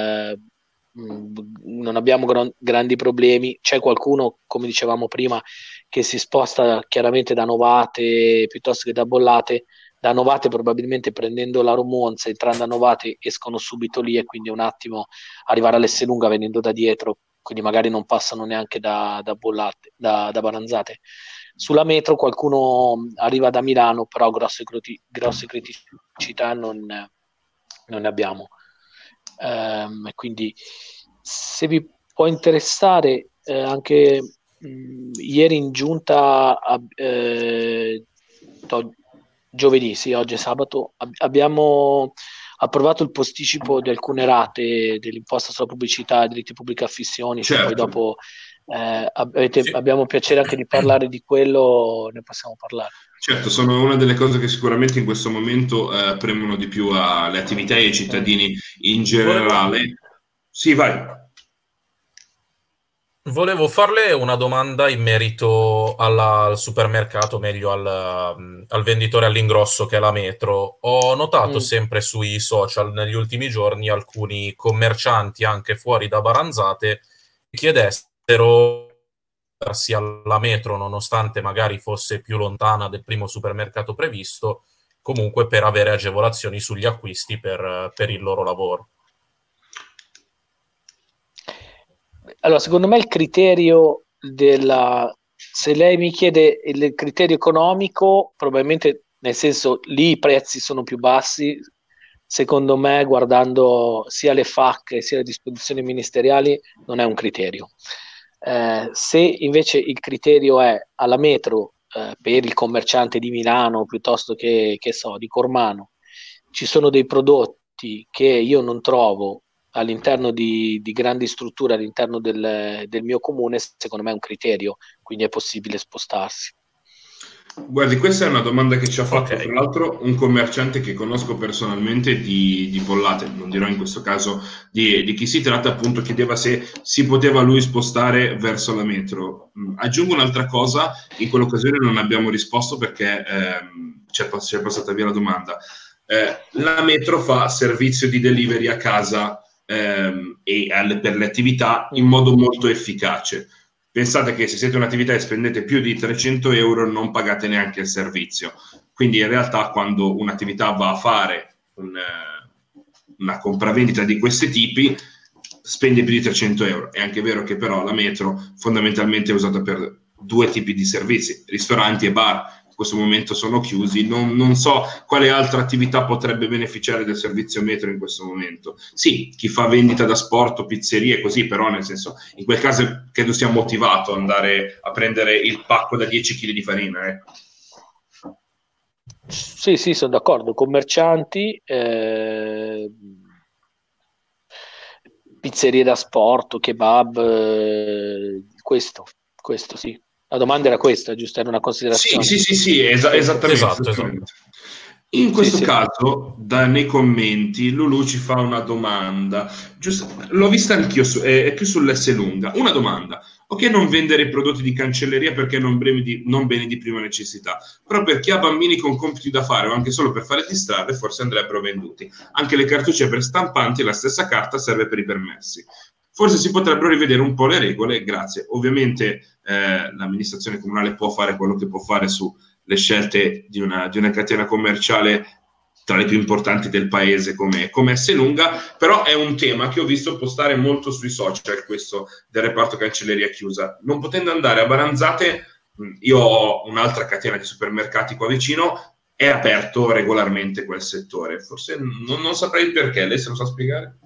non abbiamo grandi problemi. C'è qualcuno, come dicevamo prima, che si sposta chiaramente da Novate piuttosto che da Bollate. Da Novate probabilmente prendendo la Romonza, entrando a Novate escono subito lì, e quindi un attimo arrivare all'Esselunga venendo da dietro, quindi magari non passano neanche da Bollate, da Baranzate. Sulla metro qualcuno arriva da Milano, però grosse criticità non ne abbiamo. Quindi se vi può interessare, anche ieri in giunta giovedì, sì, oggi è sabato, abbiamo approvato il posticipo di alcune rate dell'imposta sulla pubblicità e diritti pubblici affissioni. Se poi dopo abbiamo piacere anche di parlare di quello, ne possiamo parlare. Certo, sono una delle cose che sicuramente in questo momento premono di più alle attività e ai cittadini in generale. Sì, vai. Volevo farle una domanda in merito al supermercato, meglio al venditore all'ingrosso che è la Metro. Ho notato sempre sui social negli ultimi giorni alcuni commercianti anche fuori da Baranzate che chiedessero alla Metro, nonostante magari fosse più lontana del primo supermercato previsto, comunque per avere agevolazioni sugli acquisti per il loro lavoro. Allora, secondo me il criterio se lei mi chiede il criterio economico, probabilmente, nel senso, lì i prezzi sono più bassi, secondo me, guardando sia le FAC sia le disposizioni ministeriali, non è un criterio. Se invece il criterio è alla Metro, per il commerciante di Milano piuttosto che di Cormano, ci sono dei prodotti che io non trovo all'interno di grandi strutture all'interno del mio comune, secondo me è un criterio, quindi è possibile spostarsi. Guardi, questa è una domanda che ci ha fatto, tra l'altro, un commerciante che conosco personalmente di Bollate, non dirò in questo caso di chi si tratta, appunto chiedeva se si poteva lui spostare verso la metro. Aggiungo un'altra cosa, in quell'occasione non abbiamo risposto perché ci è passata via la domanda. La metro fa servizio di delivery a casa e per le attività in modo molto efficace. Pensate che se siete un'attività e spendete più di 300 euro non pagate neanche il servizio, quindi in realtà quando un'attività va a fare una compravendita di questi tipi spende più di 300 euro. È anche vero che però la metro fondamentalmente è usata per due tipi di servizi, ristoranti e bar. In questo momento sono chiusi, non so quale altra attività potrebbe beneficiare del servizio metro in questo momento. Sì, chi fa vendita da sport o pizzerie così, però nel senso, in quel caso credo sia motivato andare a prendere il pacco da 10 kg di farina, ecco. Sì, sono d'accordo. Commercianti, pizzerie da sport, kebab, questo sì. La domanda era questa, giusto? Era una considerazione. Sì, esattamente. Esatto. In questo caso, nei commenti, Lulu ci fa una domanda. L'ho vista anch'io, è più sull'Esselunga. Una domanda. Ok, non vendere i prodotti di cancelleria perché non beni di prima necessità, però per chi ha bambini con compiti da fare o anche solo per fare distrarre, forse andrebbero venduti. Anche le cartucce per stampanti e la stessa carta serve per i permessi. Forse si potrebbero rivedere un po' le regole, grazie. Ovviamente l'amministrazione comunale può fare quello che può fare sulle scelte di una catena commerciale tra le più importanti del paese come Esselunga, però è un tema che ho visto postare molto sui social, questo del reparto cancelleria chiusa. Non potendo andare a Baranzate, io ho un'altra catena di supermercati qua vicino, è aperto regolarmente quel settore. Forse non saprei il perché, lei se lo sa spiegare?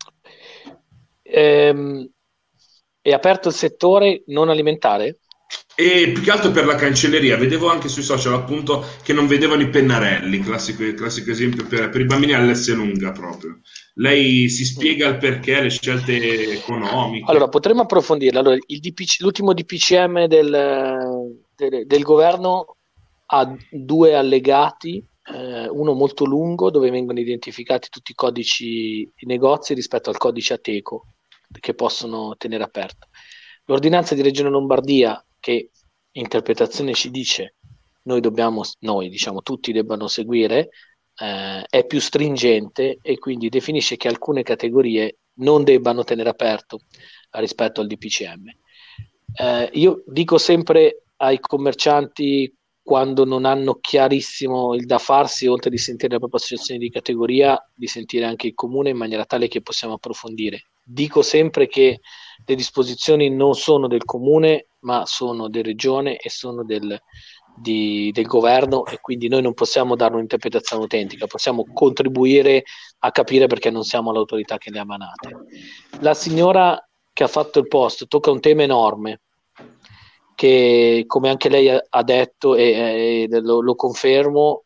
È aperto il settore non alimentare? E più che altro per la cancelleria, vedevo anche sui social appunto che non vedevano i pennarelli, classico esempio per i bambini all'S lunga proprio. Lei si Mm. spiega il perché, le scelte economiche. Allora, potremmo approfondire. Allora, l'ultimo DPCM del governo ha due allegati, uno molto lungo dove vengono identificati tutti i codici i negozi rispetto al codice Ateco che possono tenere aperto. L'ordinanza di Regione Lombardia, che interpretazione ci dice noi diciamo tutti debbano seguire, è più stringente e quindi definisce che alcune categorie non debbano tenere aperto rispetto al DPCM. Io dico sempre ai commercianti, quando non hanno chiarissimo il da farsi, oltre di sentire la propria associazione di categoria, di sentire anche il comune in maniera tale che possiamo approfondire. Dico sempre che le disposizioni non sono del comune, ma sono del regione e sono del governo, e quindi noi non possiamo dare un'interpretazione autentica, possiamo contribuire a capire perché non siamo l'autorità che le ha emanate. La signora che ha fatto il post tocca un tema enorme che, come anche lei ha detto e lo confermo,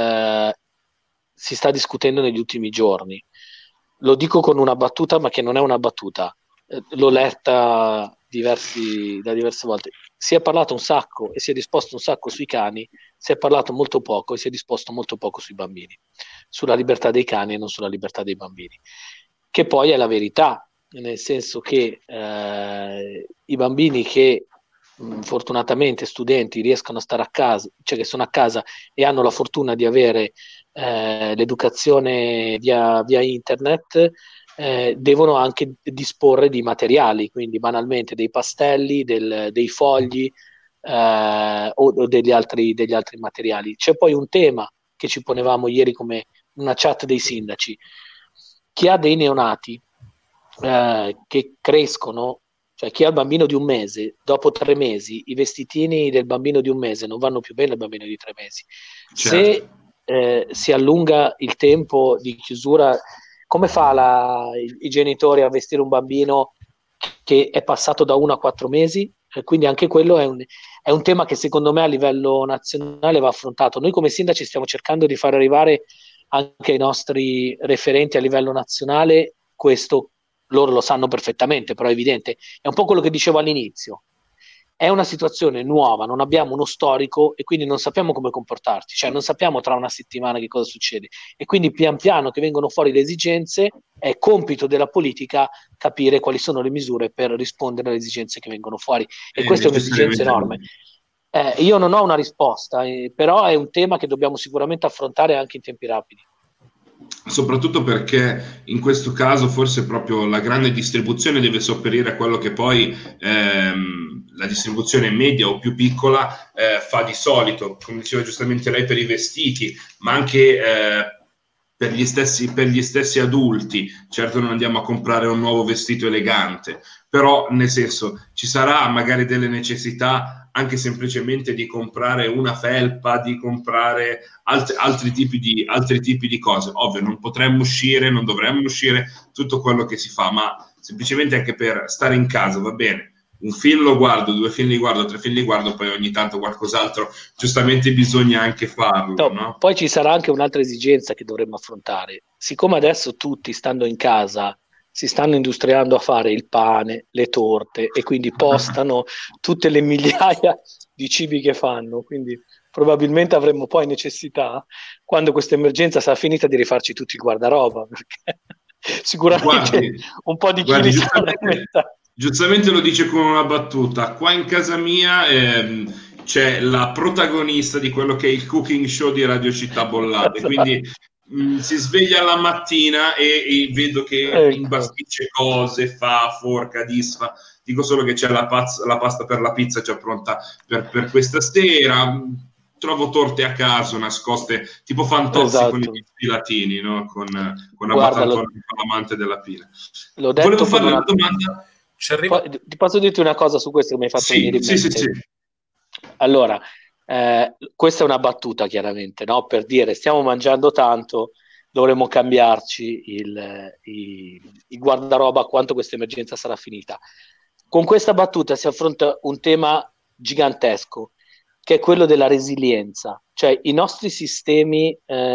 si sta discutendo negli ultimi giorni. Lo dico con una battuta, ma che non è una battuta, l'ho letta da diverse volte. Si è parlato un sacco e si è disposto un sacco sui cani, si è parlato molto poco e si è disposto molto poco sui bambini, sulla libertà dei cani e non sulla libertà dei bambini, che poi è la verità, nel senso che i bambini che fortunatamente studenti riescono a stare a casa, cioè che sono a casa e hanno la fortuna di avere l'educazione via internet, devono anche disporre di materiali, quindi banalmente dei pastelli, dei fogli o degli altri materiali. C'è poi un tema che ci ponevamo ieri come una chat dei sindaci: chi ha dei neonati che crescono, cioè chi ha il bambino di un mese, dopo 3 mesi i vestitini del bambino di un mese non vanno più bene al bambino di 3 mesi. Certo. Se si allunga il tempo di chiusura, come fa i genitori a vestire un bambino che è passato da 1 a 4 mesi? Quindi anche quello è un tema che secondo me a livello nazionale va affrontato. Noi come sindaci stiamo cercando di far arrivare anche ai nostri referenti a livello nazionale questo. Loro lo sanno perfettamente, però è evidente. È un po' quello che dicevo all'inizio. È una situazione nuova, non abbiamo uno storico e quindi non sappiamo come comportarci, cioè non sappiamo tra una settimana che cosa succede. E quindi pian piano che vengono fuori le esigenze, è compito della politica capire quali sono le misure per rispondere alle esigenze che vengono fuori. E questa è un'esigenza enorme. Io non ho una risposta, però è un tema che dobbiamo sicuramente affrontare anche in tempi rapidi. Soprattutto perché in questo caso forse proprio la grande distribuzione deve sopperire a quello che poi la distribuzione media o più piccola fa di solito, come diceva giustamente lei, per i vestiti, ma anche per gli stessi adulti. Certo non andiamo a comprare un nuovo vestito elegante, però nel senso ci sarà magari delle necessità anche semplicemente di comprare una felpa, di comprare altri tipi di cose. Ovvio, non potremmo uscire, non dovremmo uscire, tutto quello che si fa, ma semplicemente anche per stare in casa, va bene. Un film lo guardo, 2 film li guardo, 3 film li guardo, poi ogni tanto qualcos'altro, giustamente bisogna anche farlo, no? Poi ci sarà anche un'altra esigenza che dovremmo affrontare. Siccome adesso tutti, stando in casa, si stanno industriando a fare il pane, le torte e quindi postano tutte le migliaia di cibi che fanno, quindi probabilmente avremo poi necessità, quando questa emergenza sarà finita, di rifarci tutti il guardaroba, perché sicuramente un po' di chili saranno aumentati. Giustamente lo dice con una battuta. Qua in casa mia c'è la protagonista di quello che è il cooking show di Radio Città Bollate, quindi si sveglia la mattina e vedo che imbastisce cose, fa, forca, disfa. Dico solo che c'è la pasta per la pizza già pronta per questa sera. Trovo torte a caso nascoste, tipo Fantozzi con i filatini, no? Con Abbatantone, l'amante della pila. L'ho detto. Volevo fare una domanda. Ti posso dirti una cosa su questo che mi hai fatto venire in mente? Sì. Allora, questa è una battuta chiaramente, no? Per dire stiamo mangiando tanto, dovremmo cambiarci il guardaroba quanto questa emergenza sarà finita. Con questa battuta si affronta un tema gigantesco, che è quello della resilienza, cioè i nostri sistemi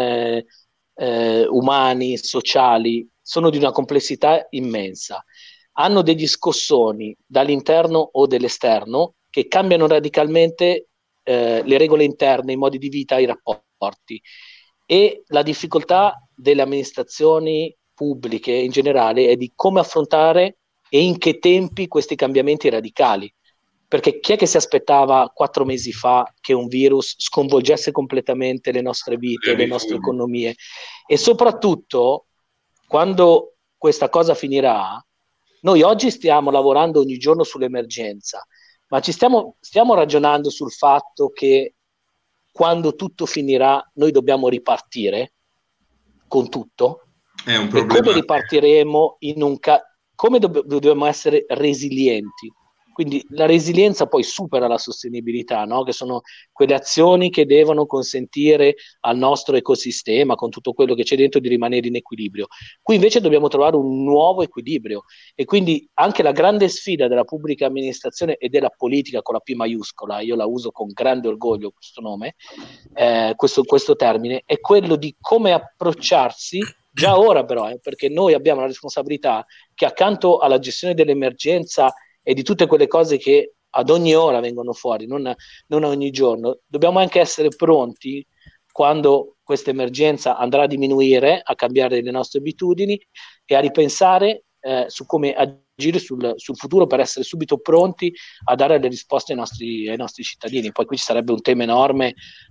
umani, sociali, sono di una complessità immensa, hanno degli scossoni dall'interno o dall'esterno che cambiano radicalmente le regole interne, i modi di vita, i rapporti, e la difficoltà delle amministrazioni pubbliche in generale è di come affrontare e in che tempi questi cambiamenti radicali. Perché chi è che si aspettava 4 mesi fa che un virus sconvolgesse completamente le nostre vite, le nostre economie? E soprattutto, quando questa cosa finirà, noi oggi stiamo lavorando ogni giorno sull'emergenza, ma stiamo ragionando sul fatto che quando tutto finirà noi dobbiamo ripartire con tutto. È un E problema. come ripartiremo come dobbiamo essere resilienti? Quindi la resilienza poi supera la sostenibilità, no? Che sono quelle azioni che devono consentire al nostro ecosistema, con tutto quello che c'è dentro, di rimanere in equilibrio. Qui invece dobbiamo trovare un nuovo equilibrio, e quindi anche la grande sfida della pubblica amministrazione e della politica con la P maiuscola, io la uso con grande orgoglio questo nome, questo termine, è quello di come approcciarsi già ora, però, perché noi abbiamo la responsabilità che, accanto alla gestione dell'emergenza e di tutte quelle cose che ad ogni ora vengono fuori, non ogni giorno, dobbiamo anche essere pronti quando questa emergenza andrà a diminuire, a cambiare le nostre abitudini e a ripensare su come agire sul futuro, per essere subito pronti a dare le risposte ai nostri cittadini. Poi qui ci sarebbe un tema enorme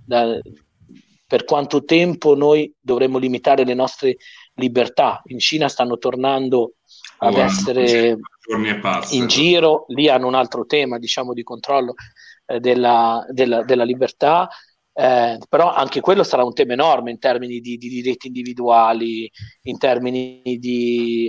per quanto tempo noi dovremmo limitare le nostre libertà. In Cina stanno tornando ad essere in giro, lì hanno un altro tema, diciamo, di controllo della libertà, però anche quello sarà un tema enorme in termini di diritti individuali, in termini di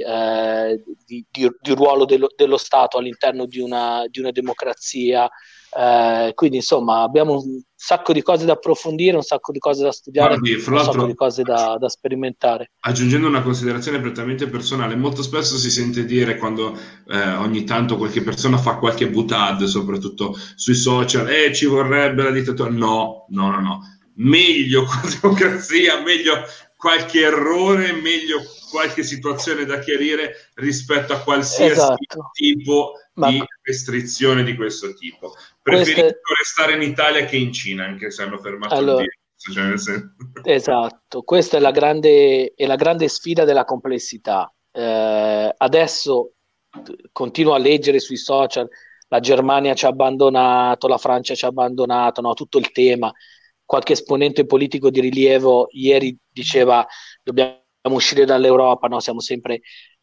ruolo dello Stato all'interno di una democrazia. Quindi insomma abbiamo un sacco di cose da approfondire, un sacco di cose da studiare, un sacco di cose da sperimentare. Aggiungendo una considerazione prettamente personale, molto spesso si sente dire, quando ogni tanto qualche persona fa qualche boutade, soprattutto sui social, ci vorrebbe la dittatura. No, meglio con la democrazia, meglio qualche errore, meglio qualche situazione da chiarire rispetto a qualsiasi tipo di restrizione di questo tipo. Preferisco restare in Italia che in Cina, anche se hanno fermato il virus. Esatto, questa è la grande sfida della complessità. Adesso continuo a leggere sui social, la Germania ci ha abbandonato, la Francia ci ha abbandonato, no? Tutto il tema. Qualche esponente politico di rilievo ieri diceva dobbiamo uscire dall'Europa, no? Siamo sempre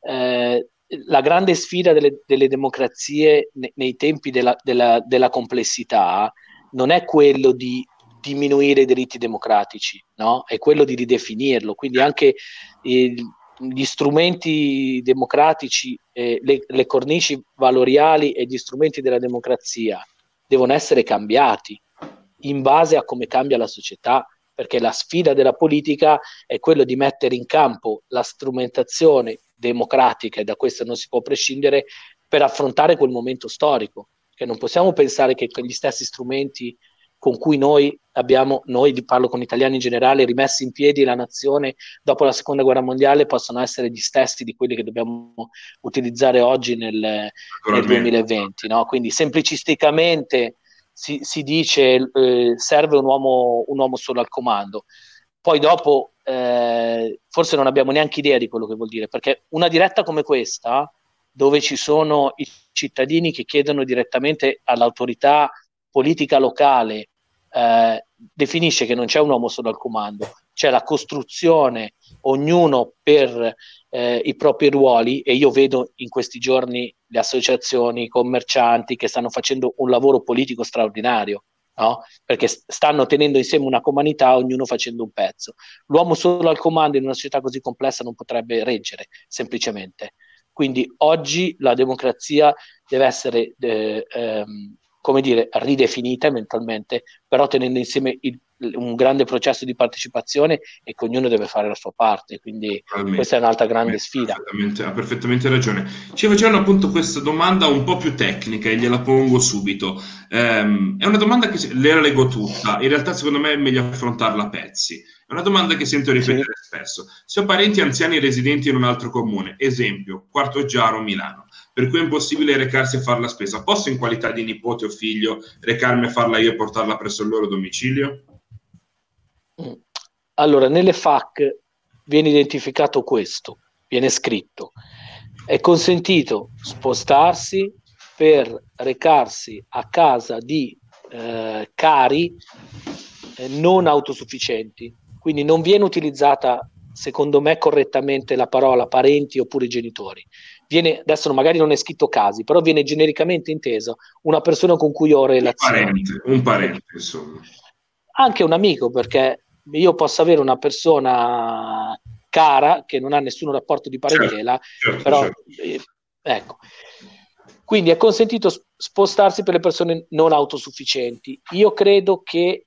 la grande sfida delle democrazie nei tempi della complessità non è quello di diminuire i diritti democratici, no? È quello di ridefinirlo. Quindi anche gli strumenti democratici, le cornici valoriali e gli strumenti della democrazia devono essere cambiati in base a come cambia la società, perché la sfida della politica è quello di mettere in campo la strumentazione democratica, e da questo non si può prescindere, per affrontare quel momento storico, che non possiamo pensare che gli stessi strumenti con cui noi parlo con gli italiani in generale, rimessi in piedi la nazione dopo la seconda guerra mondiale, possono essere gli stessi di quelli che dobbiamo utilizzare oggi nel 2020, no? Quindi semplicisticamente si dice serve un uomo solo al comando. Poi dopo forse non abbiamo neanche idea di quello che vuol dire, perché una diretta come questa, dove ci sono i cittadini che chiedono direttamente all'autorità politica locale, definisce che non c'è un uomo solo al comando, c'è la costruzione, ognuno per i propri ruoli, e io vedo in questi giorni le associazioni, i commercianti che stanno facendo un lavoro politico straordinario, no? Perché stanno tenendo insieme una comunità, ognuno facendo un pezzo. L'uomo solo al comando in una società così complessa non potrebbe reggere, semplicemente. Quindi oggi la democrazia deve essere ridefinita mentalmente, però tenendo insieme un grande processo di partecipazione e che ognuno deve fare la sua parte, quindi questa è un'altra grande sfida. Ha perfettamente ragione. Ci facevano appunto questa domanda un po' più tecnica e gliela pongo subito. È una domanda che le leggo tutta, in realtà secondo me è meglio affrontarla a pezzi. È una domanda che sento ripetere spesso. Se ho parenti anziani residenti in un altro comune, esempio, Quartoggiaro, Milano, per cui è impossibile recarsi a fare la spesa, posso in qualità di nipote o figlio recarmi a farla io e portarla presso il loro domicilio? Allora, nelle FAQ viene identificato questo, viene scritto: è consentito spostarsi per recarsi a casa di cari non autosufficienti, quindi non viene utilizzata, secondo me, correttamente la parola parenti oppure genitori. Adesso magari non è scritto casi, però viene genericamente inteso una persona con cui ho relazioni. Un parente, insomma. Anche un amico, perché io posso avere una persona cara che non ha nessun rapporto di parentela, però ecco. Quindi è consentito spostarsi per le persone non autosufficienti. Io credo che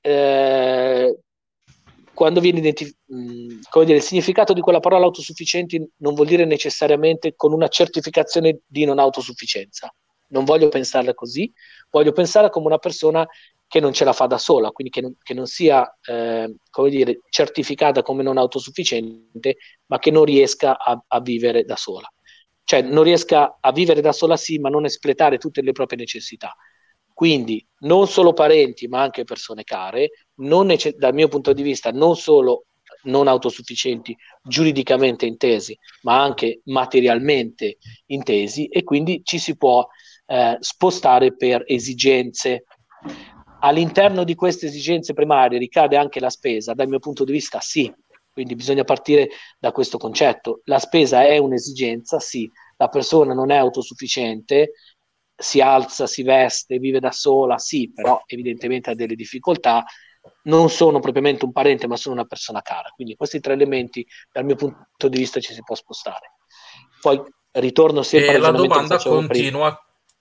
quando viene il significato di quella parola autosufficienti non vuol dire necessariamente con una certificazione di non autosufficienza. Non voglio pensarla così, voglio pensarla come una persona che non ce la fa da sola, quindi che non sia certificata come non autosufficiente, ma che non riesca a vivere da sola. Cioè non riesca a vivere da sola sì, ma non espletare tutte le proprie necessità. Quindi non solo parenti, ma anche persone care, dal mio punto di vista non solo non autosufficienti giuridicamente intesi, ma anche materialmente intesi, e quindi ci si può spostare per esigenze. All'interno di queste esigenze primarie ricade anche la spesa, dal mio punto di vista sì, quindi bisogna partire da questo concetto. La spesa è un'esigenza, sì, la persona non è autosufficiente, si alza, si veste, vive da sola, sì, però evidentemente ha delle difficoltà, non sono propriamente un parente, ma sono una persona cara. Quindi questi tre elementi, dal mio punto di vista, ci si può spostare. Poi ritorno sempre al ragionamento che facevo prima.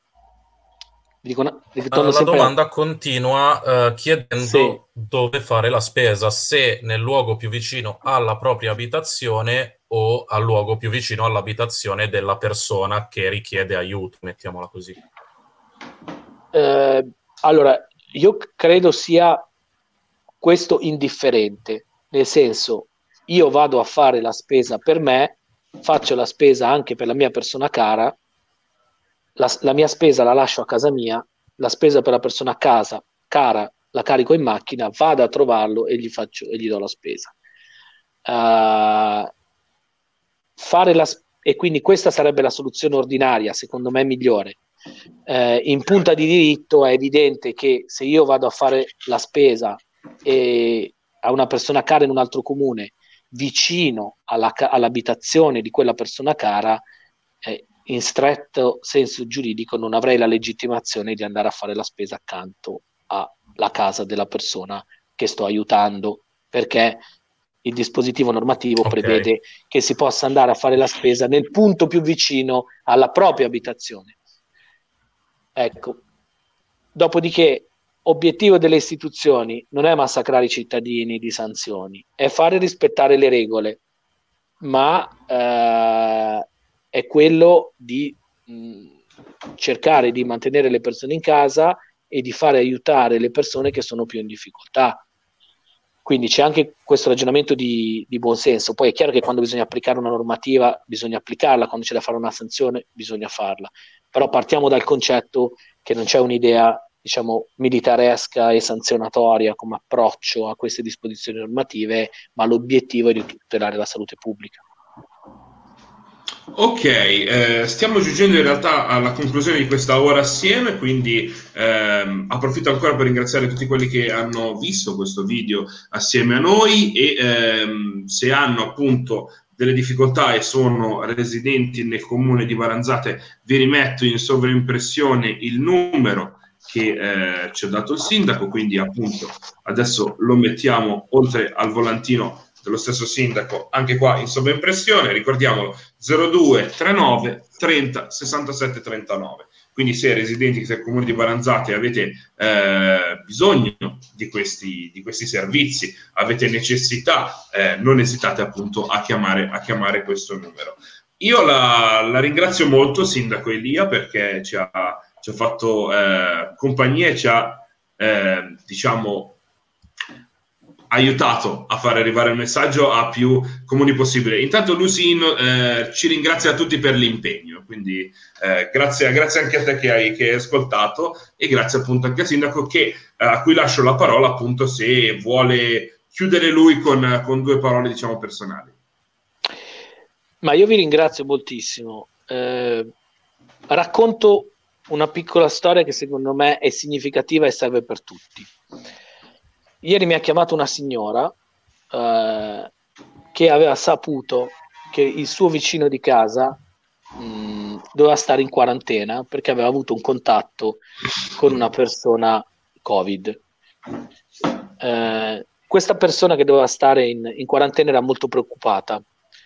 La domanda continua chiedendo dove fare la spesa, se nel luogo più vicino alla propria abitazione o al luogo più vicino all'abitazione della persona che richiede aiuto, mettiamola così. Allora, io credo sia questo indifferente, nel senso, io vado a fare la spesa per me, faccio la spesa anche per la mia persona cara, la mia spesa la lascio a casa mia, la spesa per la persona cara la carico in macchina, vado a trovarlo e gli do la spesa. E quindi questa sarebbe la soluzione ordinaria, secondo me migliore. In punta di diritto è evidente che se io vado a fare la spesa a una persona cara in un altro comune vicino all'abitazione di quella persona cara, in stretto senso giuridico non avrei la legittimazione di andare a fare la spesa accanto alla casa della persona che sto aiutando, perché il dispositivo normativo prevede che si possa andare a fare la spesa nel punto più vicino alla propria abitazione. Ecco, dopodiché obiettivo delle istituzioni non è massacrare i cittadini di sanzioni, è fare rispettare le regole, ma è quello di cercare di mantenere le persone in casa e di fare aiutare le persone che sono più in difficoltà. Quindi c'è anche questo ragionamento di buonsenso. Poi è chiaro che quando bisogna applicare una normativa bisogna applicarla, quando c'è da fare una sanzione bisogna farla, però partiamo dal concetto che non c'è un'idea, diciamo, militaresca e sanzionatoria come approccio a queste disposizioni normative, ma l'obiettivo è di tutelare la salute pubblica. Ok, stiamo giungendo in realtà alla conclusione di questa ora assieme, quindi approfitto ancora per ringraziare tutti quelli che hanno visto questo video assieme a noi e se hanno appunto delle difficoltà e sono residenti nel comune di Varanzate, vi rimetto in sovraimpressione il numero che ci ha dato il sindaco, quindi appunto adesso lo mettiamo oltre al volantino dello stesso sindaco anche qua in sovraimpressione, ricordiamolo, 02 39 30 67 39. quindi se residenti del comune di Baranzate avete bisogno di questi servizi, avete necessità, non esitate appunto a chiamare questo numero. Io la ringrazio molto, Sindaco Elia, perché ci ha fatto compagnia e ci ha diciamo aiutato a far arrivare il messaggio a più comuni possibile. Intanto Lusin ci ringrazia a tutti per l'impegno, quindi grazie anche a te che hai ascoltato, e grazie appunto anche al Sindaco, a cui lascio la parola appunto se vuole chiudere lui con due parole diciamo personali. Ma io vi ringrazio moltissimo. Racconto una piccola storia che secondo me è significativa e serve per tutti. Ieri mi ha chiamato una signora che aveva saputo che il suo vicino di casa doveva stare in quarantena perché aveva avuto un contatto con una persona Covid. Questa persona che doveva stare in quarantena era molto preoccupata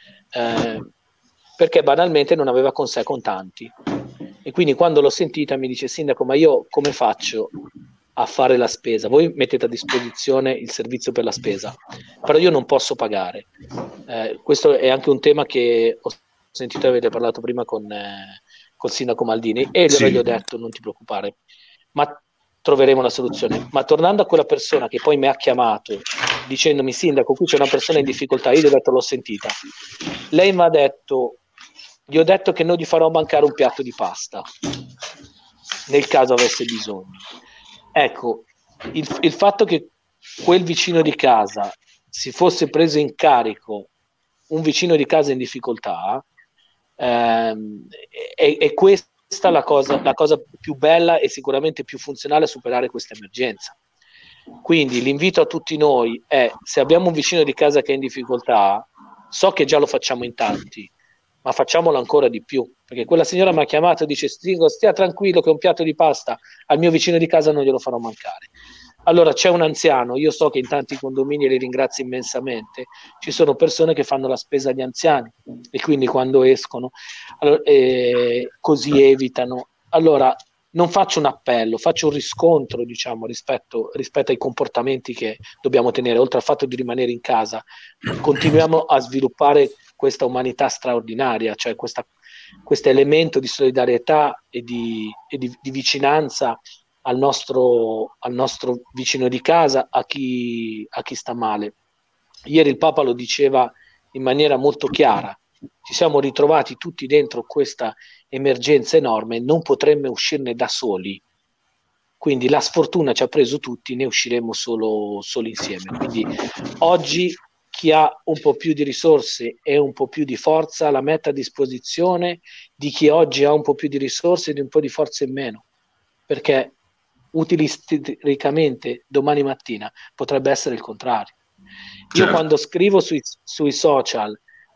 perché banalmente non aveva con sé contanti, e quindi quando l'ho sentita mi dice: Sindaco, ma io come faccio a fare la spesa? Voi mettete a disposizione il servizio per la spesa, però io non posso pagare. Questo è anche un tema che ho sentito avete parlato prima col Sindaco Maldini, e gli ho detto: non ti preoccupare, ma troveremo una soluzione. Ma tornando a quella persona che poi mi ha chiamato dicendomi: Sindaco, qui c'è una persona in difficoltà, io gli ho detto: l'ho sentita. Lei mi ha detto: gli ho detto che non gli farò mancare un piatto di pasta nel caso avesse bisogno. Ecco, il fatto che quel vicino di casa si fosse preso in carico un vicino di casa in difficoltà, è questa la cosa più bella e sicuramente più funzionale a superare questa emergenza. Quindi l'invito a tutti noi è: se abbiamo un vicino di casa che è in difficoltà, so che già lo facciamo in tanti, ma facciamolo ancora di più, perché quella signora mi ha chiamato e dice: stia tranquillo che un piatto di pasta al mio vicino di casa non glielo farò mancare. Allora c'è un anziano, io so che in tanti condomini, e li ringrazio immensamente, ci sono persone che fanno la spesa agli anziani, e quindi quando escono così evitano. Allora non faccio un appello, faccio un riscontro, diciamo, rispetto ai comportamenti che dobbiamo tenere. Oltre al fatto di rimanere in casa, continuiamo a sviluppare questa umanità straordinaria, cioè questo elemento di solidarietà e di vicinanza al nostro vicino di casa, a chi sta male. Ieri il Papa lo diceva in maniera molto chiara: ci siamo ritrovati tutti dentro questa emergenza enorme e non potremmo uscirne da soli, quindi la sfortuna ci ha preso tutti, ne usciremo solo insieme. Quindi oggi chi ha un po' più di risorse e un po' più di forza la metta a disposizione di chi oggi ha un po' più di risorse e di un po' di forza in meno, perché utilisticamente domani mattina potrebbe essere il contrario. Io quando scrivo sui social,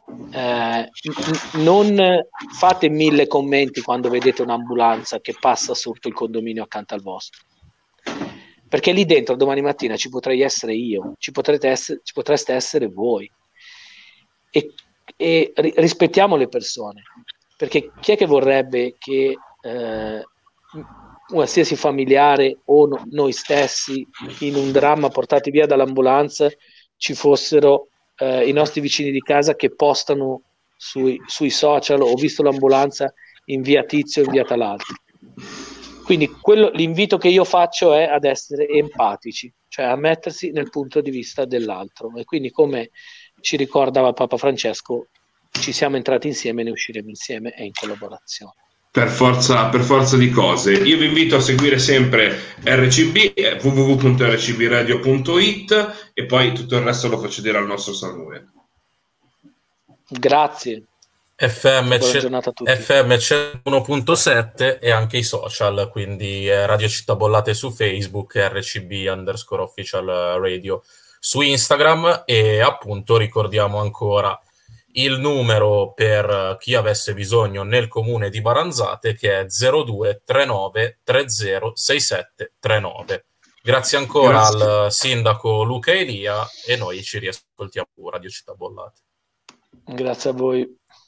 non fate 1000 commenti quando vedete un'ambulanza che passa sotto il condominio accanto al vostro, perché lì dentro domani mattina ci potrei essere io, ci potreste essere voi, e rispettiamo le persone, perché chi è che vorrebbe che qualsiasi familiare o noi stessi in un dramma portati via dall'ambulanza ci fossero i nostri vicini di casa che postano sui social: ho visto l'ambulanza in via Tizio, in via Talaltro. Quindi l'invito che io faccio è ad essere empatici, cioè a mettersi nel punto di vista dell'altro, e quindi, come ci ricordava Papa Francesco, ci siamo entrati insieme e ne usciremo insieme e in collaborazione. Per forza di cose. Io vi invito a seguire sempre RCB, www.rcbradio.it, e poi tutto il resto lo faccio dire al nostro Samuele. Grazie. FM 101.7 e anche i social, quindi Radio Città Bollate su Facebook, RCB_official radio su Instagram, e appunto ricordiamo ancora il numero per chi avesse bisogno nel comune di Baranzate, che è 0239 306739. Grazie ancora al sindaco Luca Elia, e noi ci riascoltiamo Radio Città Bollate. Grazie a voi.